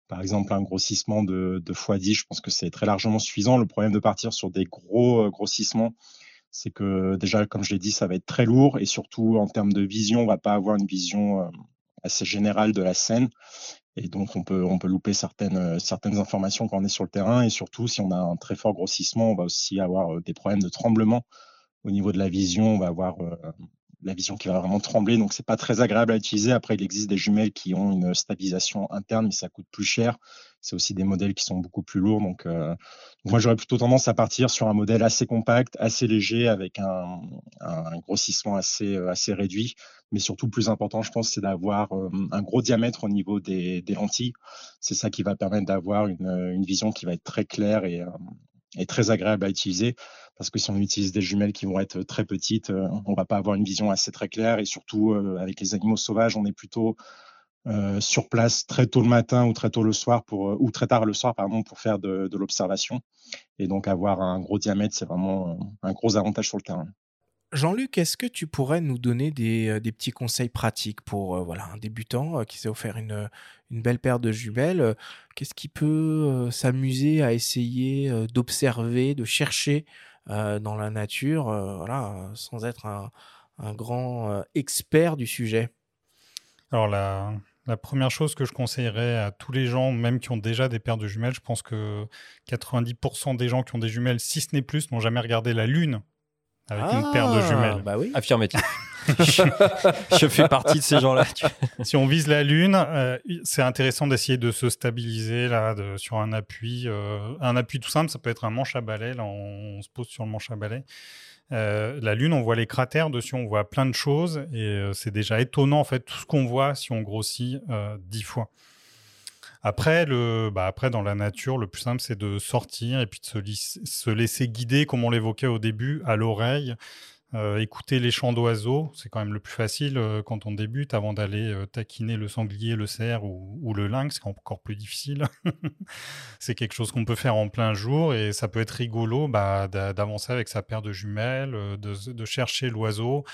G: Par exemple, un grossissement de, de fois dix, je pense que c'est très largement suffisant. Le problème de partir sur des gros euh, grossissements, c'est que déjà, comme je l'ai dit, ça va être très lourd et surtout en termes de vision, on va pas avoir une vision euh, assez générale de la scène. Et donc, on peut, on peut louper certaines, euh, certaines informations quand on est sur le terrain. Et surtout, si on a un très fort grossissement, on va aussi avoir euh, des problèmes de tremblement au niveau de la vision. On va avoir euh, la vision qui va vraiment trembler. Donc, c'est pas très agréable à utiliser. Après, il existe des jumelles qui ont une stabilisation interne, mais ça coûte plus cher. C'est aussi des modèles qui sont beaucoup plus lourds. Donc, euh, donc moi, j'aurais plutôt tendance à partir sur un modèle assez compact, assez léger, avec un, un grossissement assez, assez réduit. Mais surtout, le plus important, je pense, c'est d'avoir euh, un gros diamètre au niveau des, des lentilles. C'est ça qui va permettre d'avoir une, une vision qui va être très claire et, euh, et très agréable à utiliser. Parce que si on utilise des jumelles qui vont être très petites, euh, on va pas avoir une vision assez très claire. Et surtout, euh, avec les animaux sauvages, on est plutôt euh, sur place très tôt le matin ou très tôt le soir pour, euh, ou très tard le soir, pardon, pour faire de, de l'observation. Et donc, avoir un gros diamètre, c'est vraiment un gros avantage sur le terrain.
A: Jean-Luc, est-ce que tu pourrais nous donner des, euh, des petits conseils pratiques pour euh, voilà, un débutant euh, qui s'est offert une, une belle paire de jumelles? euh, Qu'est-ce qui peut euh, s'amuser à essayer euh, d'observer, de chercher euh, dans la nature, euh, voilà, euh, sans être un, un grand euh, expert du sujet?
B: Alors, la, la première chose que je conseillerais à tous les gens, même qui ont déjà des paires de jumelles, je pense que quatre-vingt-dix pour cent des gens qui ont des jumelles, si ce n'est plus, n'ont jamais regardé la Lune avec une paire de
A: Ah,
B: jumelles.
A: bah oui.
C: Affirmatif. je, je fais partie de ces gens-là. tu-
B: Si on vise la Lune, euh, c'est intéressant d'essayer de se stabiliser là, de- sur un appui. euh, un appui tout simple, ça peut être un manche à balai. Là, on, on se pose sur le manche à balai. Euh, la Lune, on voit les cratères dessus, on voit plein de choses. Et euh, c'est déjà étonnant, en fait, tout ce qu'on voit si on grossit euh, dix fois. Après, le, bah après, dans la nature, le plus simple, c'est de sortir et puis de se, lis- se laisser guider, comme on l'évoquait au début, à l'oreille. Euh, écouter les chants d'oiseaux, c'est quand même le plus facile euh, quand on débute, avant d'aller euh, taquiner le sanglier, le cerf ou, ou le lynx, c'est encore plus difficile. C'est quelque chose qu'on peut faire en plein jour et ça peut être rigolo bah, d'a- d'avancer avec sa paire de jumelles, euh, de, de chercher l'oiseau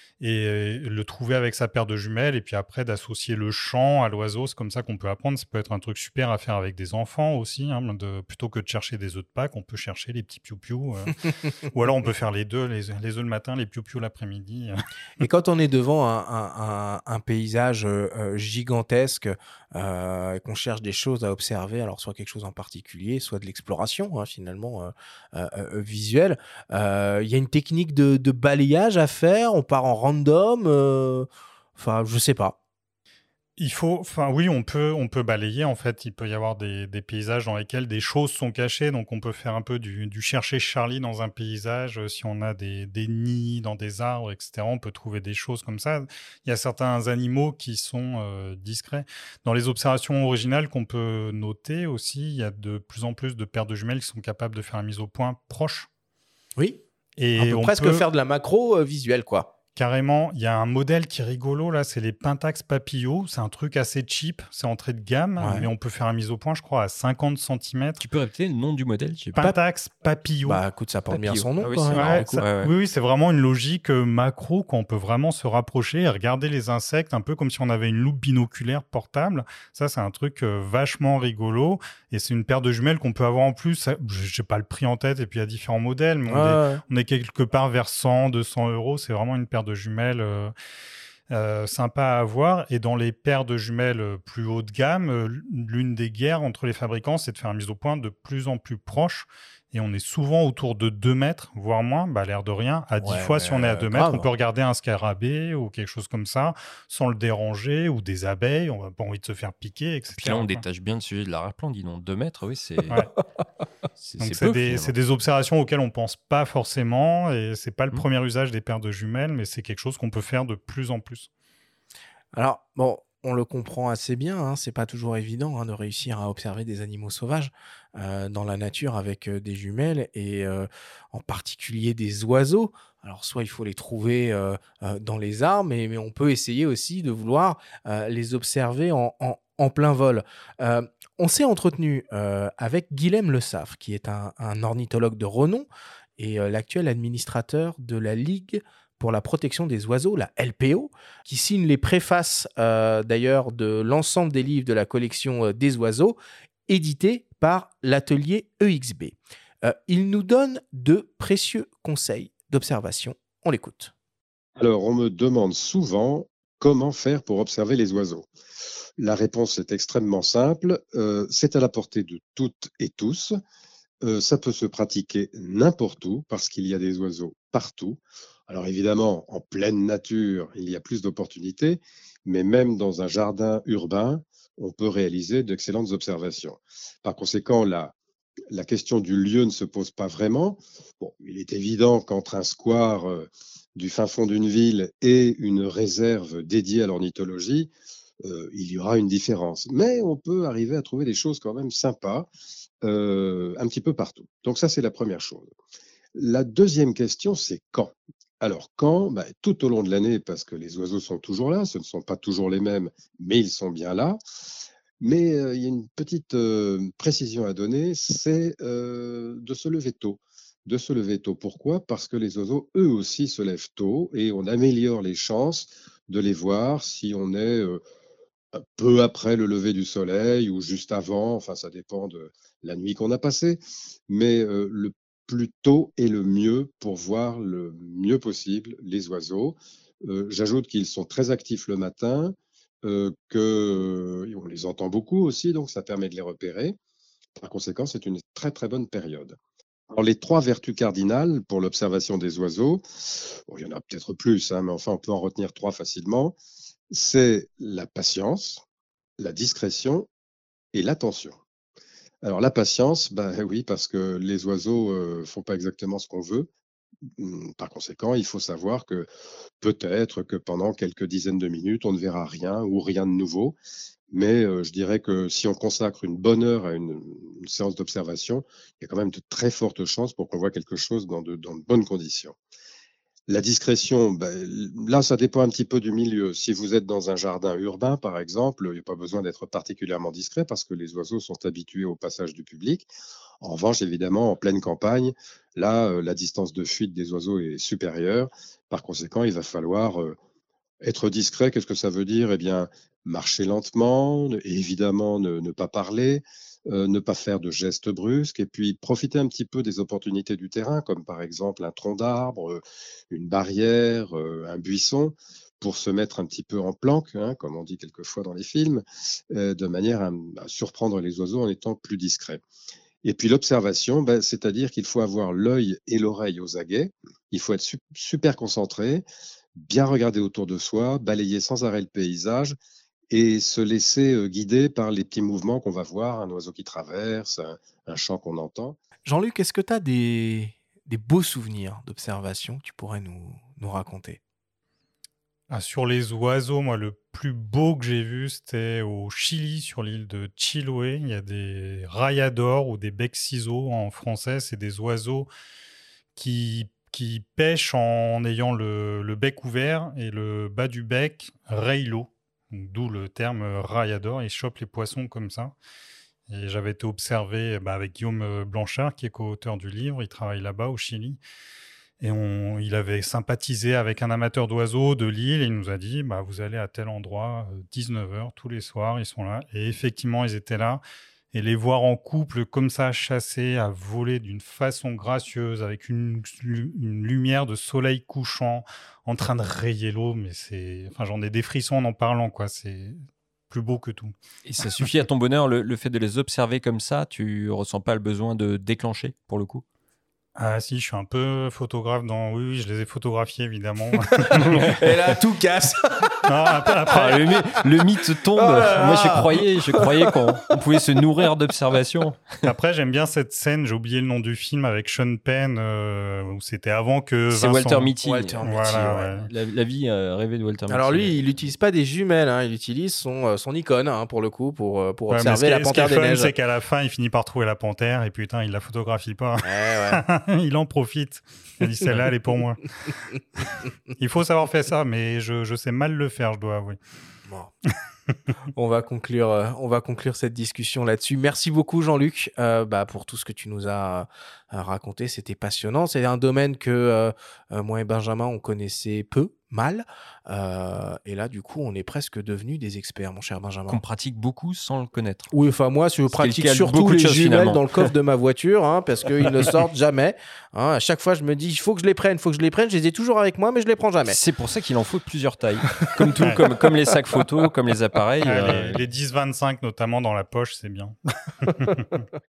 B: et euh, le trouver avec sa paire de jumelles et puis après d'associer le chant à l'oiseau. C'est comme ça qu'on peut apprendre. Ça peut être un truc super à faire avec des enfants aussi. Hein, de, plutôt que de chercher des œufs de Pâques, on peut chercher les petits piou-piou. euh, ou alors on peut faire les deux, les, les œufs le matin, les piou-piou l'après-midi.
A: Et quand on est devant un, un- un- un paysage euh, euh, gigantesque euh, et qu'on cherche des choses à observer, alors soit quelque chose en particulier, soit de l'exploration hein, finalement euh, euh, euh, visuelle, euh, il y a une technique de, de balayage à faire, on part en random, euh, enfin je sais pas.
B: Il faut, enfin oui, on peut, on peut balayer en fait. Il peut y avoir des, des paysages dans lesquels des choses sont cachées, donc on peut faire un peu du, du chercher Charlie dans un paysage. Euh, Si on a des, des nids dans des arbres, et cetera, on peut trouver des choses comme ça. Il y a certains animaux qui sont euh, discrets. Dans les observations originales qu'on peut noter aussi, il y a de plus en plus de paires de jumelles qui sont capables de faire la mise au point proche.
A: Oui,
B: Et
A: on peut
B: on
A: presque
B: peut-
A: faire de la macro euh, visuelle quoi.
B: Carrément, il y a un modèle qui est rigolo là, c'est les Pentax Papillot. C'est un truc assez cheap, c'est entrée de gamme,
A: Ouais.
B: mais on peut faire la mise au point, je crois, à cinquante centimètres.
C: Tu peux répéter le nom du modèle? J'ai pas-
B: Pentax Papillot.
A: Bah écoute, ça porte bien
C: Papillot.
A: son nom
C: Ah oui,
A: quand
C: c'est
A: même.
C: vrai.
B: Ouais,
A: Alors,
B: ça-
C: ouais, ouais.
B: Oui, oui, c'est vraiment une logique euh, macro qu'on peut vraiment se rapprocher et regarder les insectes un peu comme si on avait une loupe binoculaire portable. Ça, c'est un truc euh, vachement rigolo et c'est une paire de jumelles qu'on peut avoir en plus. Ça- Je n'ai pas le prix en tête et puis il y a différents modèles, mais on,
A: Ouais,
B: est,
A: ouais.
B: on est quelque part vers cent, deux cents euros. C'est vraiment une paire de jumelles euh, euh, sympa à avoir. Et dans les paires de jumelles euh, plus haut de gamme, euh, l'une des guerres entre les fabricants, c'est de faire une mise au point de plus en plus proche. Et on est souvent autour de deux mètres, voire moins, bah, l'air de rien. À dix
A: Ouais,
B: fois, si on est à
A: mais,
B: deux
A: euh,
B: mètres,
A: grave.
B: on peut regarder un scarabée ou quelque chose comme ça, sans le déranger, ou des abeilles, on n'a pas envie de se faire piquer, et cetera.
C: Puis là, on
B: quoi.
C: détache bien le sujet de l'arrière-plan. Dis donc, deux mètres, oui, c'est.
B: Ouais.
C: c'est
B: Donc
C: c'est
B: c'est
C: peu,
B: des,
C: finalement.
B: c'est des observations auxquelles on pense pas forcément, et c'est pas le
C: Mm.
B: premier usage des paires de jumelles, mais c'est quelque chose qu'on peut faire de plus en plus.
A: Alors, bon, on le comprend assez bien, hein, c'est pas toujours évident hein, de réussir à observer des animaux sauvages euh, dans la nature avec euh, des jumelles et euh, en particulier des oiseaux. Alors, soit il faut les trouver euh, euh, dans les arbres, mais, mais on peut essayer aussi de vouloir euh, les observer en, en- en plein vol. Euh, on s'est entretenu euh, avec Guilhem Le Saffre, qui est un, un ornithologue de renom et euh, l'actuel administrateur de la Ligue pour la protection des oiseaux, la L P O, qui signe les préfaces euh, d'ailleurs de l'ensemble des livres de la collection euh, des oiseaux, édités par l'atelier E X B. Euh, il nous donne de précieux conseils d'observation. On l'écoute.
H: Alors, on me demande souvent comment faire pour observer les oiseaux. La réponse est extrêmement simple. Euh, c'est à la portée de toutes et tous. Euh, ça peut se pratiquer n'importe où parce qu'il y a des oiseaux partout. Alors évidemment, en pleine nature, il y a plus d'opportunités, mais même dans un jardin urbain, on peut réaliser d'excellentes observations. Par conséquent, la, la question du lieu ne se pose pas vraiment. Bon, il est évident qu'entre un square euh, du fin fond d'une ville et une réserve dédiée à l'ornithologie, euh, il y aura une différence. Mais on peut arriver à trouver des choses quand même sympas euh, un petit peu partout. Donc ça, c'est la première chose. La deuxième question, c'est quand ? Alors quand ? Bah, tout au long de l'année, parce que les oiseaux sont toujours là, ce ne sont pas toujours les mêmes, mais ils sont bien là. Mais euh, il y a une petite euh, précision à donner, c'est euh, de se lever tôt. De se lever tôt. Pourquoi ? Parce que les oiseaux, eux aussi, se lèvent tôt et on améliore les chances de les voir si on est euh, un peu après le lever du soleil ou juste avant. Enfin, ça dépend de la nuit qu'on a passée. Mais euh, le plus tôt est le mieux pour voir le mieux possible les oiseaux. Euh, j'ajoute qu'ils sont très actifs le matin. Euh, que, on les entend beaucoup aussi, donc ça permet de les repérer. Par conséquent, c'est une très très bonne période. Alors, les trois vertus cardinales pour l'observation des oiseaux, bon, il y en a peut-être plus, hein, mais enfin on peut en retenir trois facilement, c'est la patience, la discrétion et l'attention. Alors la patience, ben oui, parce que les oiseaux ne euh, font pas exactement ce qu'on veut. Par conséquent, il faut savoir que peut-être que pendant quelques dizaines de minutes, on ne verra rien ou rien de nouveau. Mais euh, je dirais que si on consacre une bonne heure à une, une séance d'observation, il y a quand même de très fortes chances pour qu'on voit quelque chose dans de, dans de bonnes conditions. La discrétion, ben, là, ça dépend un petit peu du milieu. Si vous êtes dans un jardin urbain, par exemple, il n'y a pas besoin d'être particulièrement discret parce que les oiseaux sont habitués au passage du public. En revanche, évidemment, en pleine campagne, là, euh, la distance de fuite des oiseaux est supérieure. Par conséquent, il va falloir euh, être discret. Qu'est-ce que ça veut dire ? Eh bien, marcher lentement, et évidemment, ne, ne pas parler, euh, ne pas faire de gestes brusques, et puis profiter un petit peu des opportunités du terrain, comme par exemple un tronc d'arbre, une barrière, euh, un buisson, pour se mettre un petit peu en planque, hein, comme on dit quelquefois dans les films, euh, de manière à, à surprendre les oiseaux en étant plus discret. Et puis l'observation, ben, c'est-à-dire qu'il faut avoir l'œil et l'oreille aux aguets, il faut être su- super concentré, bien regarder autour de soi, balayer sans arrêt le paysage et se laisser euh, guider par les petits mouvements qu'on va voir, un oiseau qui traverse, un, un chant qu'on entend.
A: Jean-Luc, est-ce que tu as des, des beaux souvenirs d'observation que tu pourrais nous, nous raconter ?
B: Ah, sur les oiseaux, moi, le plus beau que j'ai vu, c'était au Chili, sur l'île de Chiloé. Il y a des rayadors ou des becs-ciseaux en français. C'est des oiseaux qui, qui pêchent en ayant le, le bec ouvert et le bas du bec raye l'eau. D'où le terme rayador. Ils chopent les poissons comme ça. Et j'avais été observé bah, avec Guillaume Blanchard, qui est co-auteur du livre. Il travaille là-bas au Chili. Et on, il avait sympathisé avec un amateur d'oiseaux de l'île et il nous a dit bah, vous allez à tel endroit, dix-neuf heures, tous les soirs, ils sont là. Et effectivement, ils étaient là. Et les voir en couple, comme ça, chasser, à voler d'une façon gracieuse, avec une, une lumière de soleil couchant, en train de rayer l'eau, mais c'est. Enfin, j'en ai des frissons en en parlant, quoi. C'est plus beau que tout.
C: Et ça suffit à ton bonheur, le, le fait de les observer comme ça, tu ressens pas le besoin de déclencher, pour le coup ?
B: Ah si, je suis un peu photographe dans... Oui, oui, je les ai photographiés, évidemment.
A: Et là, tout casse.
B: Non, après, après...
C: Ah, le, le mythe tombe. Oh là là. Moi, je croyais, je croyais qu'on on pouvait se nourrir d'observations.
B: Après, j'aime bien cette scène, j'ai oublié le nom du film, avec Sean Penn, euh, où c'était avant que
C: C'est
B: Vincent...
C: Walter Mitty.
A: Walter Mitty,
B: voilà,
A: ouais.
B: ouais.
C: La, la vie euh, rêvée de Walter Mitty.
A: Alors lui, il n'utilise pas des jumelles, hein. Il utilise son, son icône, hein, pour le coup, pour, pour
B: Ouais,
A: observer la
B: ce
A: panthère
B: qui est
A: des
B: fun,
A: neiges.
B: c'est qu'à la fin, il finit par trouver la panthère, et putain, il la photographie pas.
A: Ouais, ouais.
B: Il en profite. Il dit, celle-là, elle est pour moi. Il faut savoir faire ça, mais je, je sais mal le faire, je dois avouer.
A: Bon. on, va conclure, euh, on va conclure cette discussion là-dessus. Merci beaucoup, Jean-Luc, euh, bah, pour tout ce que tu nous as, euh, raconter. C'était passionnant. C'est un domaine que euh, euh, moi et Benjamin, on connaissait peu, mal. Euh, et là, du coup, on est presque devenus des experts, mon cher Benjamin.
C: Qu'on pratique beaucoup sans le connaître.
A: Oui, enfin moi, je
C: Ce qui est le
A: pratique
C: cas de
A: surtout
C: beaucoup de
A: les
C: choses,
A: jumelles
C: finalement.
A: dans le coffre de ma voiture, hein, parce qu'ils ne sortent jamais. Hein. À chaque fois, je me dis, il faut que je les prenne, il faut que je les prenne. Je les ai toujours avec moi, mais je les prends jamais.
C: C'est pour ça qu'il en faut plusieurs tailles. Comme tout, comme, comme les sacs photos, comme les appareils.
B: Ah,
C: euh,
B: les, les dix vingt-cinq, notamment dans la poche, c'est bien.